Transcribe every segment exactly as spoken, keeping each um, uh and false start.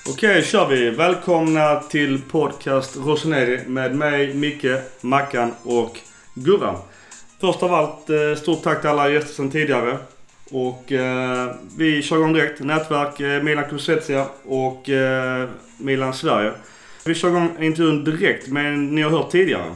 Okej, kör vi. Välkomna till podcast Rossoneri med mig, Micke, Mackan och Gurran. Först av allt, stort tack till alla gäster sedan tidigare. Och eh, vi kör igång direkt. Nätverk eh, Milan Kusetsia och eh, Milan Sverige. Vi kör igång intervjun direkt, men ni har hört tidigare.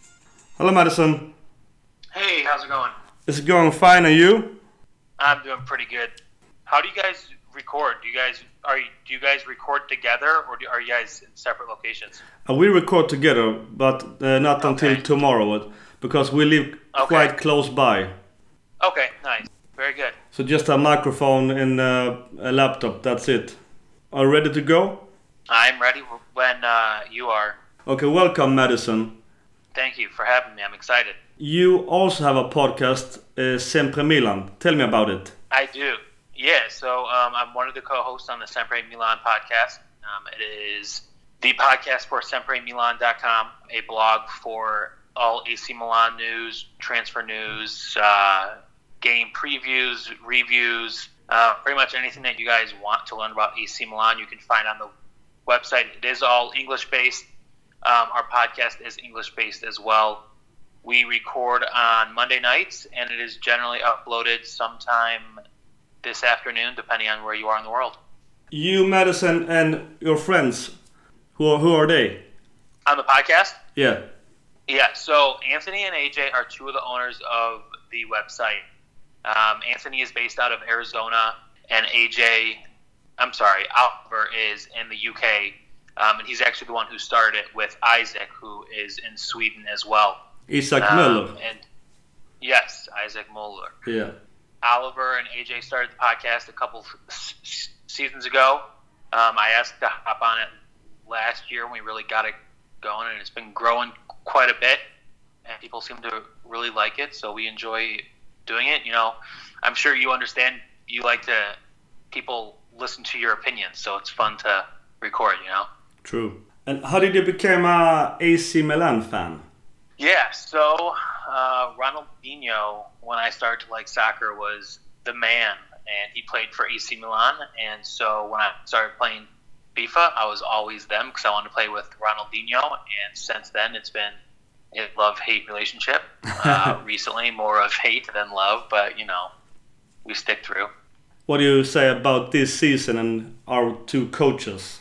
Hello Madison. Hey, how's it going? It's going fine, and you? I'm doing pretty good. How do you guys record? Do you guys are you, do you guys record together, or do, are you guys in separate locations? Uh, we record together, but uh, not until Okay. tomorrow, because we live Okay. quite close by. Okay, nice, very good. So just a microphone and uh, a laptop, that's it. Are you ready to go? I'm ready when uh, you are. Okay, welcome Madison. Thank you for having me. I'm excited. You also have a podcast, uh, Sempre Milan. Tell me about it. I do. Yeah, so um, I'm one of the co-hosts on the Sempre Milan podcast. Um, it is the podcast for sempre milan dot com, a blog for all A C Milan news, transfer news, uh, game previews, reviews, uh, pretty much anything that you guys want to learn about A C Milan, you can find on the website. It is all English-based. Um, our podcast is English-based as well. We record on Monday nights, and it is generally uploaded sometime this afternoon, depending on where you are in the world. You, Madison, and your friends, who are, who are they? On the podcast? Yeah. Yeah, so Anthony and A J are two of the owners of the website. Um, Anthony is based out of Arizona, and A J, I'm sorry, Oliver is in the U K, um, and he's actually the one who started it with Isaac, who is in Sweden as well. Isaac Um, Möller. And yes, Isaac Moeller. Yeah. Oliver and A J started the podcast a couple s- s- seasons ago. Um, I asked to hop on it last year when we really got it going, and it's been growing quite a bit, and people seem to really like it, so we enjoy doing it. You know, I'm sure you understand, you like to, people listen to your opinions, so it's fun to record, you know? True. And how did you become a A C Milan fan? Yeah, so uh, Ronaldinho, when I started to like soccer, was the man, and he played for A C Milan. And so when I started playing FIFA, I was always them because I wanted to play with Ronaldinho. And since then, it's been a love-hate relationship. Uh, recently, more of hate than love, but you know, we stick through. What do you say about this season and our two coaches?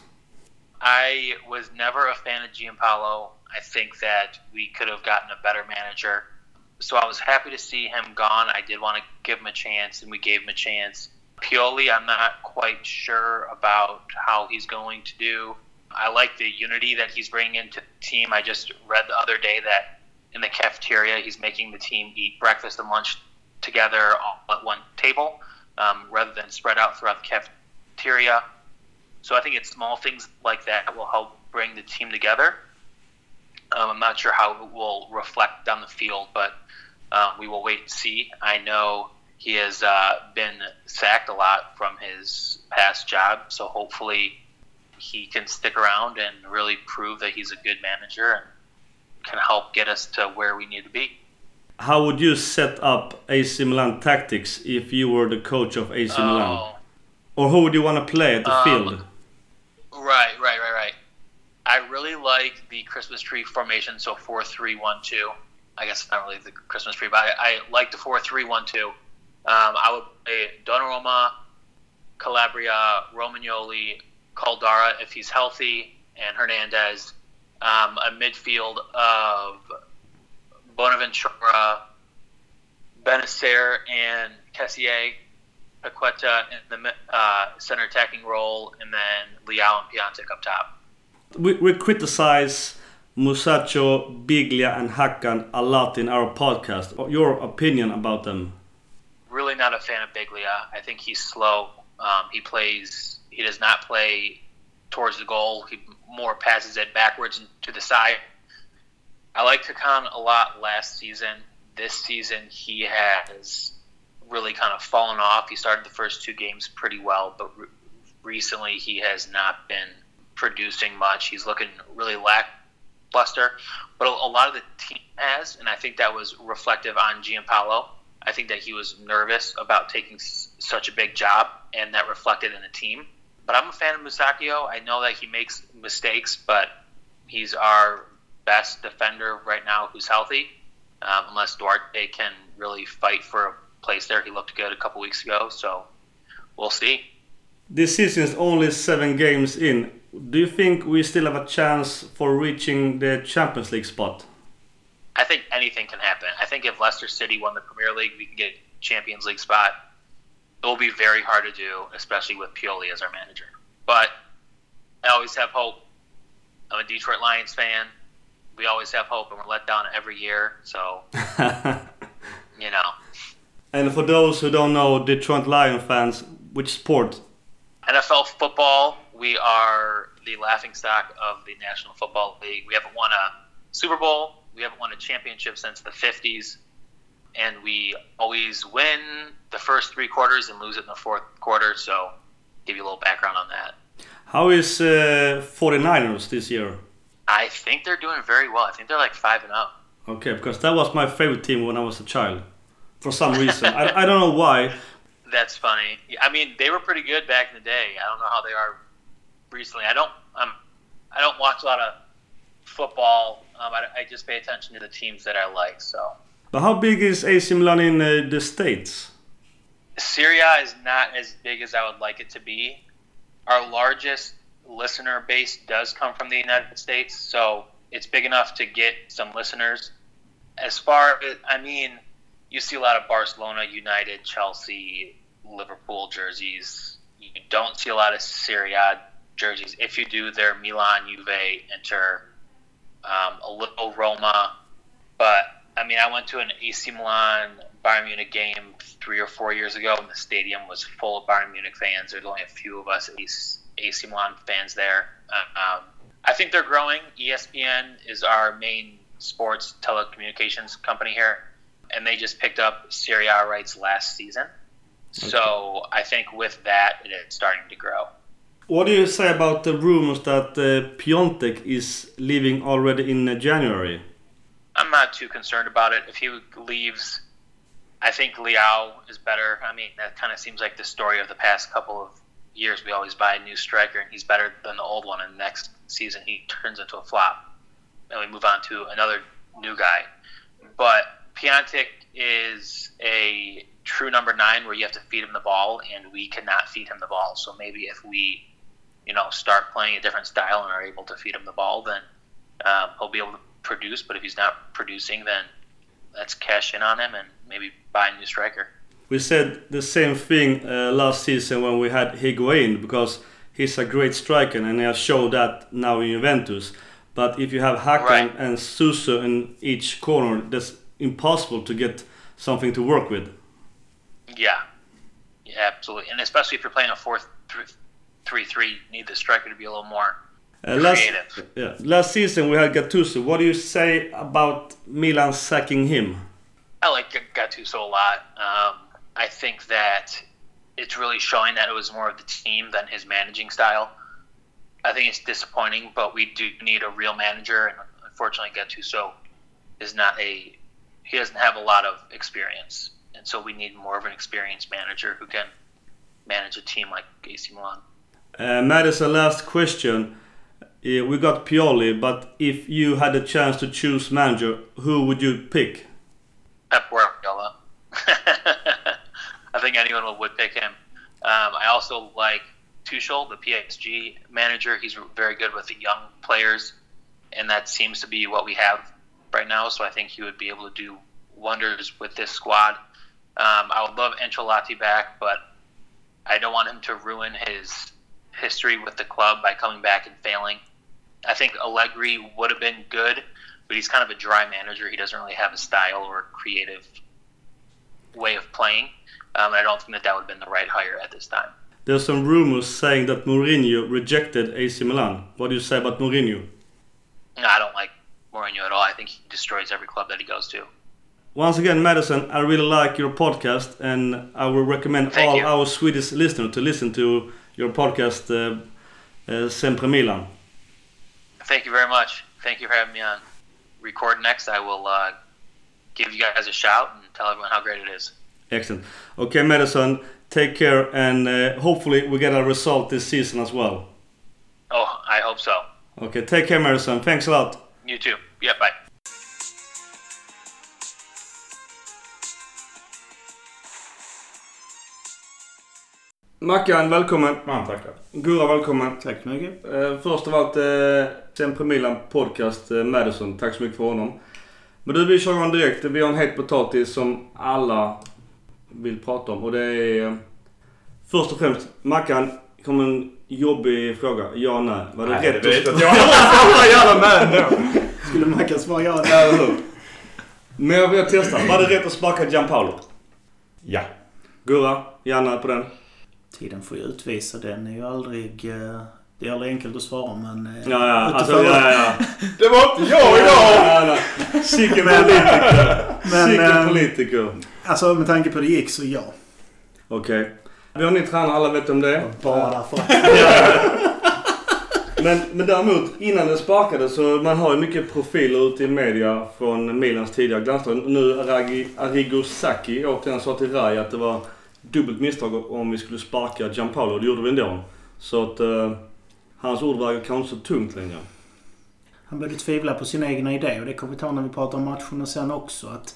I was never a fan of Gianpaolo. I think that we could have gotten a better manager. So I was happy to see him gone. I did want to give him a chance, and we gave him a chance. Pioli, I'm not quite sure about how he's going to do. I like the unity that he's bringing into the team. I just read the other day that in the cafeteria, he's making the team eat breakfast and lunch together all at one table, um, rather than spread out throughout the cafeteria. So I think it's small things like that that will help bring the team together. Um, I'm not sure how it will reflect on the field, but uh, we will wait and see. I know he has uh, been sacked a lot from his past job, so hopefully he can stick around and really prove that he's a good manager and can help get us to where we need to be. How would you set up A C Milan tactics if you were the coach of A C Milan? Oh. Or who would you want to play at the Um, field? Right, right, right, right. I really like the Christmas tree formation, so four three one two. I guess it's not really the Christmas tree, but I, I like the four three one two. Um, I would play Donnarumma, Calabria, Romagnoli, Caldara if he's healthy, and Hernandez. Um, a midfield of Bonaventura, Benacer, and Kessier. Paqueta in the uh, center attacking role, and then Leao and Piontek up top. We, we criticize Musacho, Biglia and Hakan a lot in our podcast. Your opinion about them? Really not a fan of Biglia. I think he's slow. Um, he plays. He does not play towards the goal. He more passes it backwards and to the side. I liked Hakan a lot last season. This season he has really kind of fallen off. He started the first two games pretty well, but re- recently he has not been producing much. He's looking really lackluster, but a, a lot of the team has, and I think that was reflective on Gianpaolo. I think that he was nervous about taking s- such a big job, and that reflected in the team. But I'm a fan of Musacchio. I know that he makes mistakes, but he's our best defender right now who's healthy. Um, unless Duarte can really fight for a place there. He looked good a couple weeks ago, so we'll see. This season is only seven games in. Do you think we still have a chance for reaching the Champions League spot? I think anything can happen. I think if Leicester City won the Premier League, we can get Champions League spot. It will be very hard to do, especially with Pioli as our manager. But I always have hope. I'm a Detroit Lions fan. We always have hope, and we're let down every year. So, you know. And for those who don't know, Detroit Lions fans, which sport? N F L football. We are the laughingstock of the National Football League. We haven't won a Super Bowl. We haven't won a championship since the fifties. And we always win the first three quarters and lose it in the fourth quarter. So, give you a little background on that. How is uh, forty-niners this year? I think they're doing very well. I think they're like five and up. Okay, because that was my favorite team when I was a child. For some reason. I, I don't know why. That's funny. I mean, they were pretty good back in the day. I don't know how they are recently. I don't um, I don't watch a lot of football. Um, I, I just pay attention to the teams that I like. So. But how big is A C Milan in uh, the States? Serie A is not as big as I would like it to be. Our largest listener base does come from the United States, so it's big enough to get some listeners. As far as, I mean, you see a lot of Barcelona, United, Chelsea, Liverpool jerseys. You don't see a lot of Serie A jerseys. If you do, they're Milan, Juve, Inter, um, a little Roma. But, I mean, I went to an A C Milan Bayern Munich game three or four years ago, and the stadium was full of Bayern Munich fans. There's only a few of us A C Milan fans there. Um, I think they're growing. E S P N is our main sports telecommunications company here, and they just picked up Serie A rights last season. Okay. So I think with that, it's starting to grow. What do you say about the rumors that uh, Piontek is leaving already in uh, January? I'm not too concerned about it. If he leaves, I think Leao is better. I mean, that kind of seems like the story of the past couple of years. We always buy a new striker, and he's better than the old one, and next season he turns into a flop. And we move on to another new guy. But Piontek is a true number nine where you have to feed him the ball, and we cannot feed him the ball. So maybe if we, you know, start playing a different style and are able to feed him the ball, then um, he'll be able to produce. But if he's not producing, then let's cash in on him and maybe buy a new striker. We said the same thing uh, last season when we had Higuain, because he's a great striker and he has shown that now in Juventus. But if you have Hakan right. and Suso in each corner, that's impossible to get something to work with. Yeah, yeah, absolutely. And especially if you're playing a four three three, you need the striker to be a little more uh, creative. Last, yeah. last season we had Gattuso. What do you say about Milan sacking him? I like Gattuso a lot. Um, I think that it's really showing that it was more of the team than his managing style. I think it's disappointing, but we do need a real manager, and unfortunately Gattuso is not a, he doesn't have a lot of experience, and so we need more of an experienced manager who can manage a team like A C Milan. Uh, Matt, is a last question. Uh, we got Pioli, but if you had a chance to choose manager, who would you pick? Pep Guardiola. I think anyone would pick him. Um, I also like Tuchel, the P S G manager. He's very good with the young players, and that seems to be what we have right now. So I think he would be able to do wonders with this squad. Um, I would love Ancelotti back, but I don't want him to ruin his history with the club by coming back and failing. I think Allegri would have been good, but he's kind of a dry manager. He doesn't really have a style or a creative way of playing. Um, and I don't think that that would have been the right hire at this time. There's some rumors saying that Mourinho rejected A C Milan. What do you say about Mourinho? No, I don't like Mourinho at all. I think he destroys every club that he goes to. Once again, Madison, I really like your podcast, and I will recommend Thank all you. our Swedish listeners to listen to your podcast, uh, uh, Sempre Milan. Thank you very much. Thank you for having me on. Record next. I will uh, give you guys a shout and tell everyone how great it is. Excellent. Okay, Madison, take care, and uh, hopefully we get a result this season as well. Oh, I hope so. Okay, take care, Madison. Thanks a lot. You too. Yeah, bye. Mackan, välkommen. Man, tack. Gurra, välkommen. Tack så mycket. Eh, först av allt, eh, Sempre Milan podcast, eh, Madison. Tack så mycket för honom. Men du, vi kör igång direkt. Vi har en het potatis som alla vill prata om. Och det är eh, först och främst, Mackan, kom en jobbig fråga. Ja, nej. Var det nej, rätt det att vet jag. Jävla med. Skulle Mackan svara ja? Eller hur? Men jag vill testa. Var det rätt att sparka Gianpaolo? Ja. Gurra, gärna på den. Tiden får ju utvisa. Den är ju aldrig... Uh, det är aldrig enkelt att svara, men... Uh, ja, ja. Alltså, ja, ja. Det var inte jag idag! Ja, ja. Sicken politiker. Sicken uh, politiker. Alltså, med tanke på det gick så ja. Okej. Okay. Vi har ny tränare, alla vet om det. Bara därför. men, men däremot, innan det sparkade så man har ju mycket profiler ute i media från Milans tidigare glanstad. Nu Ragi, Arrigo Sacchi återigen sa till Rai att det var dubbelt misstag om vi skulle sparka Gianpaolo. Det gjorde vi ändå. Så att uh, hans ord var kanske inte så tungt längre. Han började tvivla på sina egna idéer, och det kommer vi ta när vi pratar om matchen och sen också. Att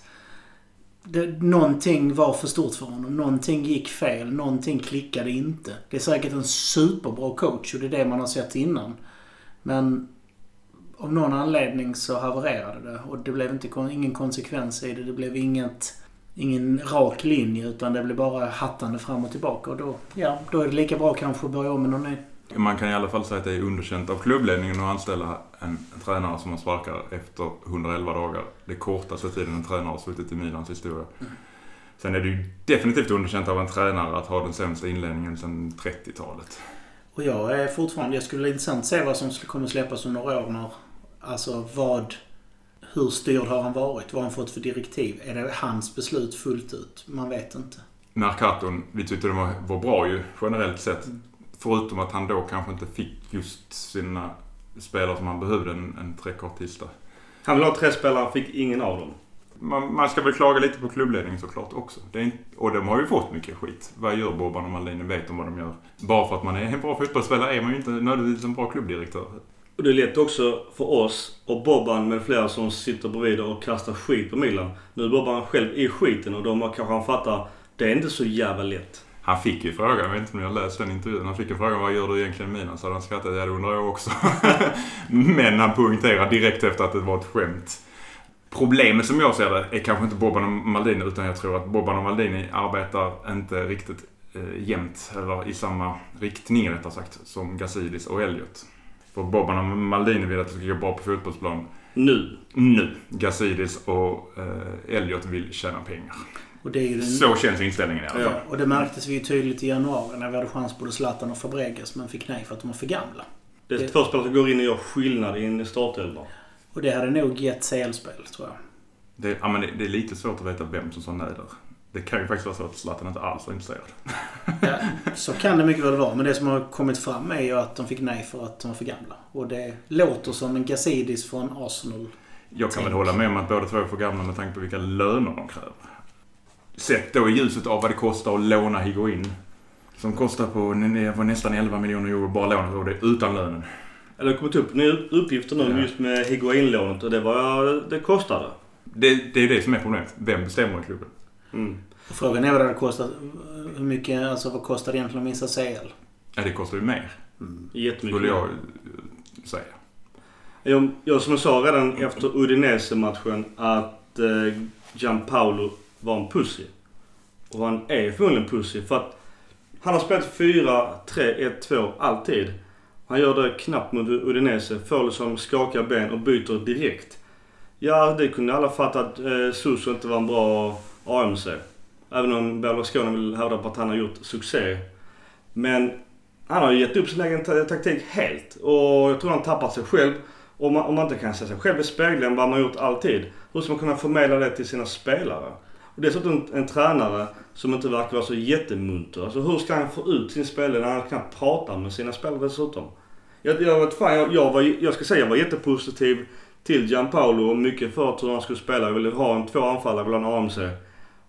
det, någonting var för stort för honom. Någonting gick fel. Någonting klickade inte. Det är säkert en superbra coach, och det är det man har sett innan. Men av någon anledning så havererade det. Och det blev inte, ingen konsekvens i det. Det blev inget, ingen rak linje, utan det blev bara hattande fram och tillbaka. Och då, ja, då är det lika bra kanske att börja om med någon ny. Man kan i alla fall säga att det är underkänt av klubbledningen att anställa en, en tränare som man sparkar efter hundraelva dagar. Det kortaste tiden en tränare har suttit i Milans historia. Mm. Sen är det ju definitivt underkänt av en tränare att ha den sämsta inledningen sedan trettiotalet. Och jag är fortfarande, jag skulle intressant se vad som kommer släppas om några år. När, alltså vad, hur styrd har han varit? Vad har han fått för direktiv? Är det hans beslut fullt ut? Man vet inte. Mercaton, vi tyckte det var, var bra ju generellt sett. Mm. Förutom att han då kanske inte fick just sina spelare som han behövde en, en trekortista. Han vill ha tre spelare, fick ingen av dem. Man, man ska väl klaga lite på klubbledningen såklart också. Det är inte, och de har ju fått mycket skit. Vad gör Boban och Maldini? Vet de vad de gör? Bara för att man är en bra fotbollsspelare är man ju inte nödvändigtvis en bra klubbdirektör. Och det är lätt också för oss och Boban med flera som sitter bredvid och kastar skit på Milan. Nu är Boban själv i skiten och de har kanske han fattar det är inte så jävla lätt. Han fick ju frågan, jag vet inte om jag läste den intervjun. Han fick en fråga, vad gör du egentligen i Milan? Så han skrattade, ja det undrar jag också. Men han poängterade direkt efter att det var ett skämt. Problemet som jag ser det är kanske inte Boban och Maldini, utan jag tror att Boban och Maldini arbetar inte riktigt eh, jämnt eller i samma riktning rättare sagt som Gazidis och Elliot. För Boban och Maldini vill att det ska gå bra på fotbollsplan. Nu. Nu. Gazidis och eh, Elliot vill tjäna pengar. Och det är ju den... Så känns inställningen i alla fall. Ja, och det märktes vi ju tydligt i januari när vi hade chans både Zlatan och Fabregas, men fick nej för att de var för gamla. Det är det... två spelare som går in och gör skillnad i en startelva. Och det hade nog gett C L-spel, tror jag. Det, ja, men det, det är lite svårt att veta vem som sa nej där. Det kan ju faktiskt vara så att Zlatan inte alls var intresserad. Ja, så kan det mycket väl vara. Men det som har kommit fram är ju att de fick nej för att de var för gamla. Och det låter som en Gazidis från Arsenal. Jag kan väl hålla med om att båda två är för gamla med tanke på vilka löner de kräver. Sett då i ljuset av vad det kostar att låna Higuain. Som kostar på nästan elva miljoner euro bara låna och det utan lönen. Eller det har kommit upp nya uppgifter nu ja. Just med Higuain-lånet och det var det kostade. Det, det är det som är problemet. Vem bestämmer i klubben? Mm. Och frågan är vad det kostar. Hur mycket, alltså vad kostar det egentligen att missa C L? Ja, det kostar ju mer. Mm. Jättemycket. Skulle jag säga. Jag, jag som jag sa redan efter Udinese-matchen att eh, Gianpaolo var en pussy. Och han är förmodligen pussy för att han har spelat fyra tre ett två alltid. Han gör det knappt mot Udinese. Får liksom skakar ben och byter direkt. Ja, det kunde alla fatta att eh, Suso inte var en bra A M C. Även om Berlusconi vill hävda på att han har gjort succé. Men han har gett upp sin egen t- taktik helt. Och jag tror han tappar sig själv. Och man, om man inte kan se sig själv i spegeln vad man har gjort alltid. Hur ska man kunna förmedla det till sina spelare? Och dessutom en, en tränare som inte verkar vara så jättemunter. Alltså hur ska han få ut sin spelare när han kan prata med sina spelare dessutom? Jag, jag vet fan, jag, jag, var, jag ska säga jag var jättepositiv till Gianpaolo och mycket för att hur han skulle spela. Jag ville ha en två anfallare bland A M C.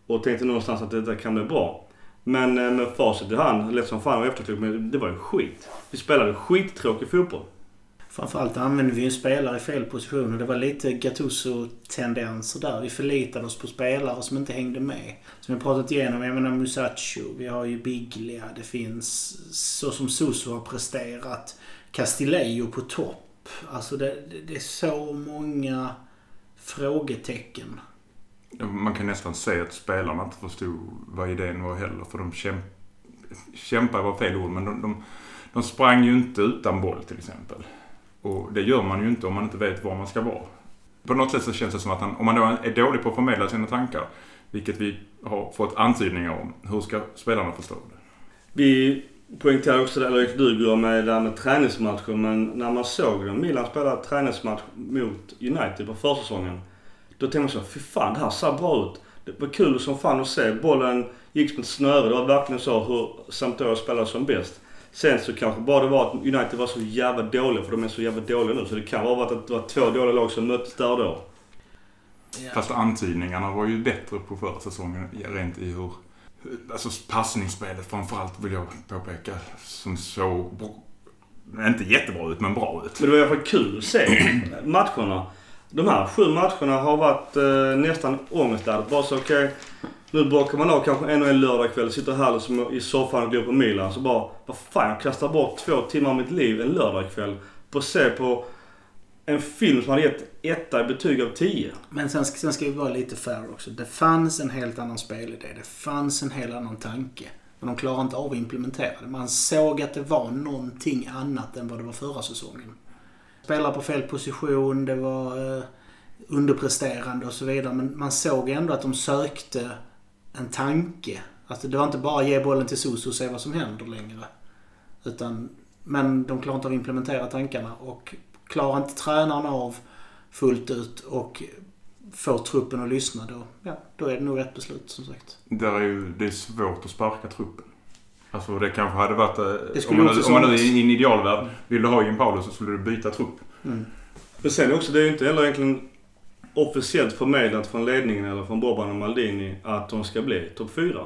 och tänkte någonstans att det kan bli bra. Men med facit i hand, lätt som fan och efterklok, men det var ju skit. Vi spelade skittråkig fotboll. Framförallt använde vi ju spelare i fel positioner. Det var lite Gattuso-tendenser där. Vi förlitade oss på spelare som inte hängde med. Som vi pratat igenom, jag menar Musacchio, vi har ju Biglia, det finns så som Suso har presterat, Castillejo på topp. Alltså det, det, det är så många frågetecken. Man kan nästan säga att spelarna inte förstod vad idén var heller, för de kämp, kämpade var fel ord, men de, de, de sprang ju inte utan boll till exempel. Och det gör man ju inte om man inte vet var man ska vara. På något sätt så känns det som att han, om man då är dålig på att förmedla sina tankar, vilket vi har fått antydningar om, hur ska spelarna förstå det? Vi poängterar också, eller du går med det där med träningsmatchen, men när man såg den, Milan spelade träningsmatch mot United på försäsongen, då tänkte man så, fy fan, det här ser bra ut. Det var kul som fan att se. Bollen gick som ett snöre. Det var verkligen så hur Sampdoria spelade som bäst. Sen så kanske bara det var att United var så jävla dåliga, för de är så jävla dåliga nu. Så det kan vara att det var två dåliga lag som möttes där då. Ja. Fast antydningarna var ju bättre på förra säsongen rent i hur... Alltså passningsspelet framförallt vill jag påpeka, som så... Inte jättebra ut, men bra ut. Men det var i alla fall kul att se matcherna. De här sju matcherna har varit eh, nästan ångestladdat. Bara så okej, okay, nu bråkar man av kanske en och en lördagkväll, sitter här som i soffan och går på Milan. Så bara, vad fan, jag kastar bort två timmar av mitt liv en lördagkväll på att se på en film som hade gett etta i betyg av tio. Men sen, sen ska vi vara lite fair också. Det fanns en helt annan spelidé. Det fanns en helt annan tanke. Men de klarade inte av att implementera det. Man såg att det var någonting annat än vad det var förra säsongen. Spelare på fel position, det var eh, underpresterande och så vidare. Men man såg ändå att de sökte en tanke. Alltså det var inte bara ge bollen till Suso och se vad som händer längre. Utan, men de klarade inte av att implementera tankarna. Och klarar inte tränarna av fullt ut och får truppen att lyssna, då, ja, då är det nog rätt beslut som sagt. Där är ju, det är svårt att sparka truppen. Alltså det kanske hade varit... Om man, om man nu är i en idealvärld vill du ha Jim Paolo, så skulle du byta trupp. Mm. Men sen också, det är ju inte heller egentligen officiellt förmedlat från ledningen eller från Boban och Maldini att de ska bli topp fyra.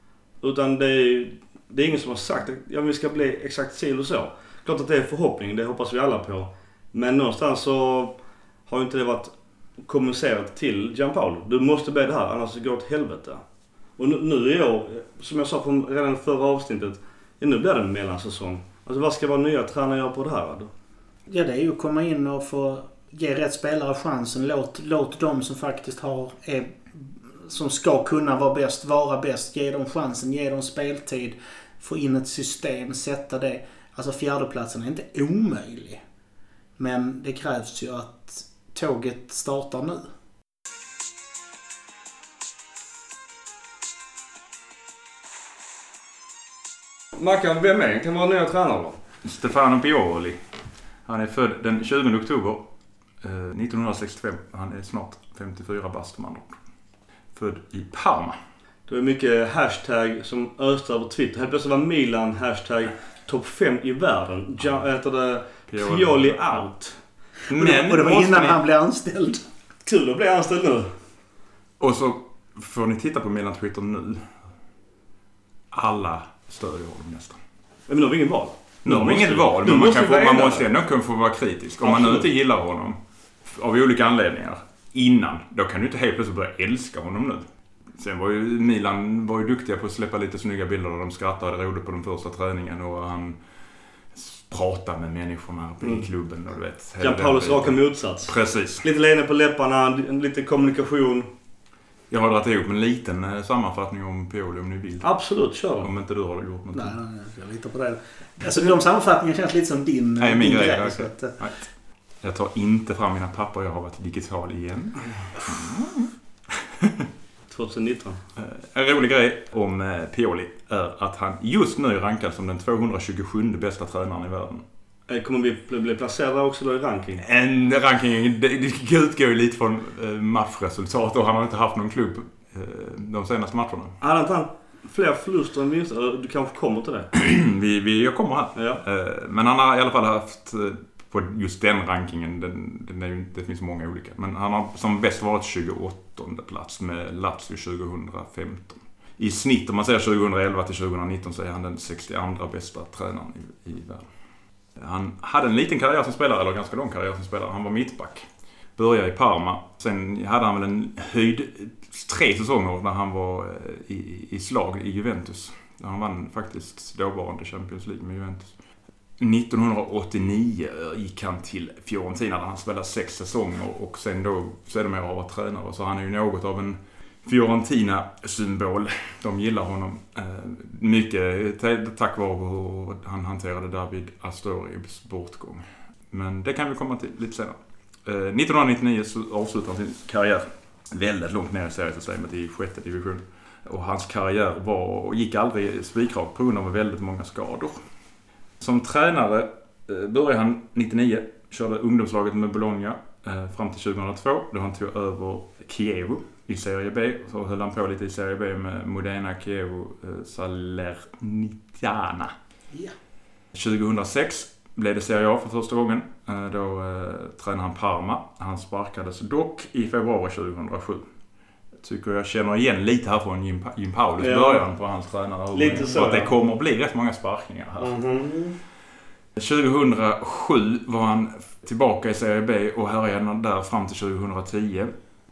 Utan det är, det är ingen som har sagt att ja, vi ska bli exakt si och så. Klart att det är förhoppning, det hoppas vi alla på. Men någonstans så har ju inte det varit kommunicerat till Gianpaolo. Du måste bli det här, annars går det åt helvete. Och nu, nu är jag, som jag sa från redan förra avsnittet, ja, nu blir det en mellansäsong. Alltså vad ska vara nya tränare göra på det här då? Ja, det är ju att komma in och få ge rätt spelare chansen. Låt, låt dem som faktiskt har, är, som ska kunna vara bäst, vara bäst. Ge dem chansen, ge dem speltid. Få in ett system, sätta det. Alltså fjärdeplatsen är inte omöjlig. Men det krävs ju att tåget startar nu. Mackan, vem är kan vara nya tränare då? Stefano Pioli. Han är född den tjugonde oktober nittonhundrasextiofem. Han är snart femtiofyra bast om andra ord. Född i Parma. Det är mycket hashtag som östar över Twitter. Helt plötsligt var Milan hashtag topp fem i världen. Ja, heter det Pioli, Pioli out. Men, och det var innan ni... han blev anställd. Kul att bli anställd nu. Och så får ni titta på Milan Twitter nu. Alla stödjer honom nästan. Men nu har vi ingen val. Nu har vi inget val, men man, kan få, man måste ändå kunna få vara kritisk. Om man nu inte gillar honom av olika anledningar innan, då kan du inte helt plötsligt börja älska honom nu. Sen var ju Milan var ju duktiga på att släppa lite snygga bilder där de skrattade roligt på den första träningen och han pratade med människorna på mm. klubben och du vet. Gianpaolos raka motsats. Precis. Lite leende på läpparna, lite kommunikation. Jag har dragit ihop en liten sammanfattning om Pioli om ni vill. Absolut, kör. Om inte du har gjort något. Nej, nej, jag litar på det. Alltså de sammanfattningarna känns lite som din. Nej, min din grej. grej Okay. Att, nej. Jag tar inte fram mina papper, jag har varit digital igen. tjugonitton. En rolig grej om Pioli är att han just nu är rankad som den tvåhundratjugosjunde bästa tränaren i världen. Kommer vi bli placerade också då i ranking? En ranking, det, det utgår ju lite från eh, matchresultat och han har inte haft någon klubb eh, de senaste matcherna. Hade inte han fler förluster än vinster? Du kanske kommer till det? vi, vi, jag kommer här. Ja. Eh, men han har i alla fall haft eh, på just den rankingen, den, den är ju, det finns många olika. Men han har som bäst varit tjugoåttonde plats med Lazio tjugohundrafemton. I snitt om man säger tjugohundraelva till tjugohundranitton så är han den sextioandra bästa tränaren i, i världen. Han hade en liten karriär som spelare, eller ganska lång karriär som spelare. Han var mittback. Började i Parma. Sen hade han väl en höjd tre säsonger när han var i, i slag i Juventus. Han vann faktiskt dåvarande Champions League med Juventus. nittonhundraåttionio gick han till Fiorentina där han spelade sex säsonger och sen då så är det mer av att tränare. Så han är ju något av en Fiorentina-symbol. De gillar honom eh, mycket tack vare hur han hanterade David Astoris bortgång. Men det kan vi komma till lite senare. Eh, nittonhundranittionio så avslutar han sin karriär väldigt långt ner i seriesystemet i sjätte division. Och hans karriär var, gick aldrig spikrakt på grund av väldigt många skador. Som tränare eh, började han nittionio, körde ungdomslaget med Bologna eh, fram till tjugohundratvå då han tog över Chievo i Serie B. Så höll han på lite i Serie B med Modena, Chievo, eh, Salernitana. Yeah. tjugohundrasex blev det Serie A för första gången. Eh, då eh, tränade han Parma. Han sparkades dock i februari tjugohundrasju. Tycker jag känner igen lite här från Jim, pa- Jim Paulus ja. början på hans tränare. Lite så. För att det kommer bli rätt många sparkningar här. Mm-hmm. tjugohundrasju var han tillbaka i Serie B och härjade där fram till tjugohundratio.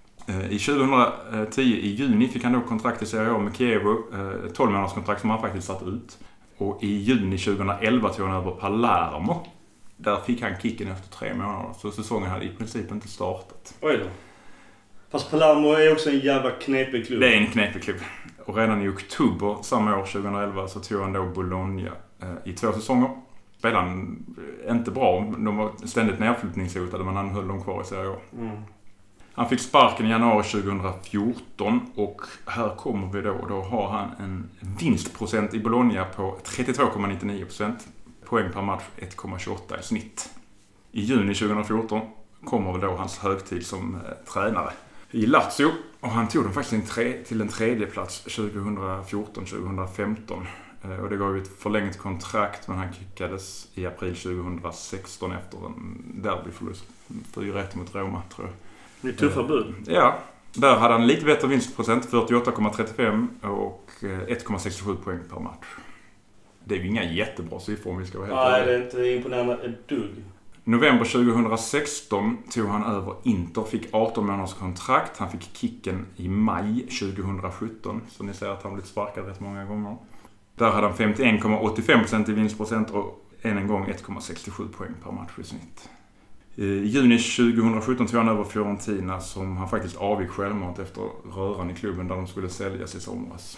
I tjugohundratio i juni fick han då kontrakt i Serie A med Chievo. tolv månaders kontrakt som han faktiskt satt ut. Och i juni tjugohundraelva tog han över Palermo. Där fick han kicken efter tre månader. Så säsongen hade i princip inte startat. Oj då. Fast Palermo är också en jävla knepig klubb. Det är en knepig klubb. Och redan i oktober samma år tjugohundraelva så tog han då Bologna eh, i två säsonger. Spelade han inte bra. De var ständigt nedflyttningshotade men han höll dem kvar i Serie A. Mm. Han fick sparken i januari tjugohundrafjorton och här kommer vi då. Då har han en vinstprocent i Bologna på trettiotvå komma nittionio procent. Poäng per match ett komma tjugoåtta i snitt. I juni tjugohundrafjorton kommer väl då hans högtid som eh, tränare i Lazio. Och han tog dem faktiskt en tre, till en tredje plats tjugohundrafjorton tjugohundrafemton. Eh, och det gav ju ett förlängt kontrakt men han kickades i april tjugohundrasexton efter en derbyförlust. fyra ett mot Roma tror jag. Det är tuffa bud. Ja, där hade han lite bättre vinstprocent, fyrtioåtta komma trettiofem och ett komma sextiosju poäng per match. Det är ju inga jättebra siffror om vi ska vara helt Nej, det är inte imponerande ett dugg. November tjugohundrasexton tog han över Inter, fick arton månaders kontrakt. Han fick kicken i maj tjugohundrasjutton, så ni ser att han blivit sparkad rätt många gånger. Där hade han femtioen komma åttiofem procent i vinstprocent och än en gång ett komma sextiosju poäng per match i snitt. I juni tjugohundrasjutton tog han över Fiorentina som han faktiskt avgick självmant efter röran i klubben där de skulle säljas i somras.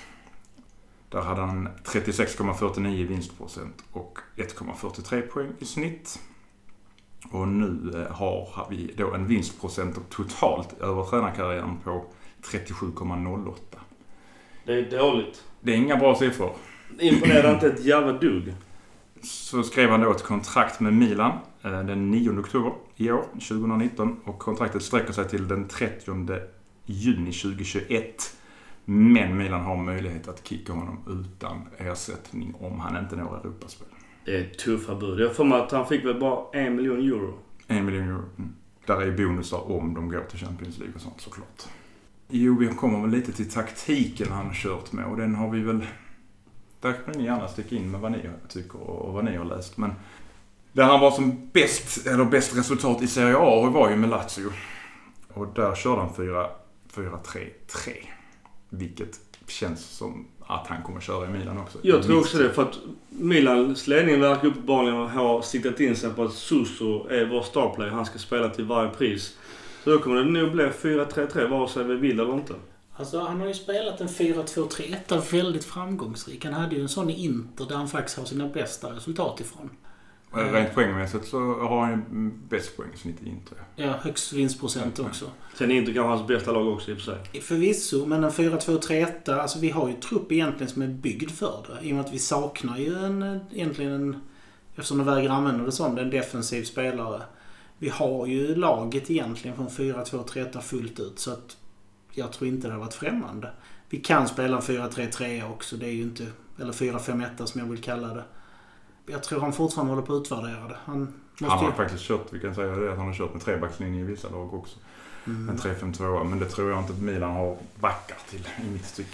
Där hade han trettiosex komma fyrtionio vinstprocent och ett komma fyrtiotre poäng i snitt. Och nu har vi då en vinstprocent totalt över tränarkarriären på trettiosju komma noll åtta. Det är dåligt. Det är inga bra siffror. Imponerar inte ett jävla dugg. Så skrev han då ett kontrakt med Milan den nionde oktober i år, tjugohundranitton. Och kontraktet sträcker sig till den trettionde juni tjugohundratjugoett. Men Milan har möjlighet att kicka honom utan ersättning om han inte når Europaspel. Det är tuffa bud. Jag får mig att han fick väl bara en miljon euro. En miljon euro. Mm. Där är bonusar om de går till Champions League och sånt såklart. Jo, vi kommer väl lite till taktiken han har kört med. Och den har vi väl... Där kan ni gärna sticka in med vad ni tycker och vad ni har läst. Men där han var som bäst, eller bäst resultat i Serie A var ju med Lazio. Och där körde han fyra tre tre. Vilket känns som att han kommer köra i Milan också. Jag tror också det, för att Milans ledning verkar uppenbarligen ha siktat in sig på att Suso är vår starplayer. Han ska spela till varje pris. Så då kommer det nog bli fyra tre tre vare sig vi vill eller inte. Alltså han har ju spelat en fyra två tre ett väldigt framgångsrik. Han hade ju en sån i Inter där han faktiskt har sina bästa resultat ifrån. Rent poängmässigt så har han ju bäst poäng som inte Inter. Ja, högst vinstprocent ja, också. Sen Inter kan ha hans bästa lag också i och för sig. Förvisso, men en fyra två tre ett, alltså vi har ju trupp egentligen som är byggd för det. I och med att vi saknar ju en, egentligen en, eftersom de väger använda det som, en defensiv spelare. Vi har ju laget egentligen från fyra två tre ett fullt ut, så att jag tror inte det har varit främmande. Vi kan spela en fyra tre tre också, det är ju inte, eller fyra fem ett som jag vill kalla det. Jag tror han fortfarande håller på att utvärdera det. Han, måste han har ju... faktiskt kört, vi kan säga det, att han har kört med trebackslinje i vissa lag också. Mm. En tre fem två, men det tror jag inte att Milan har backar till i mitt stycke.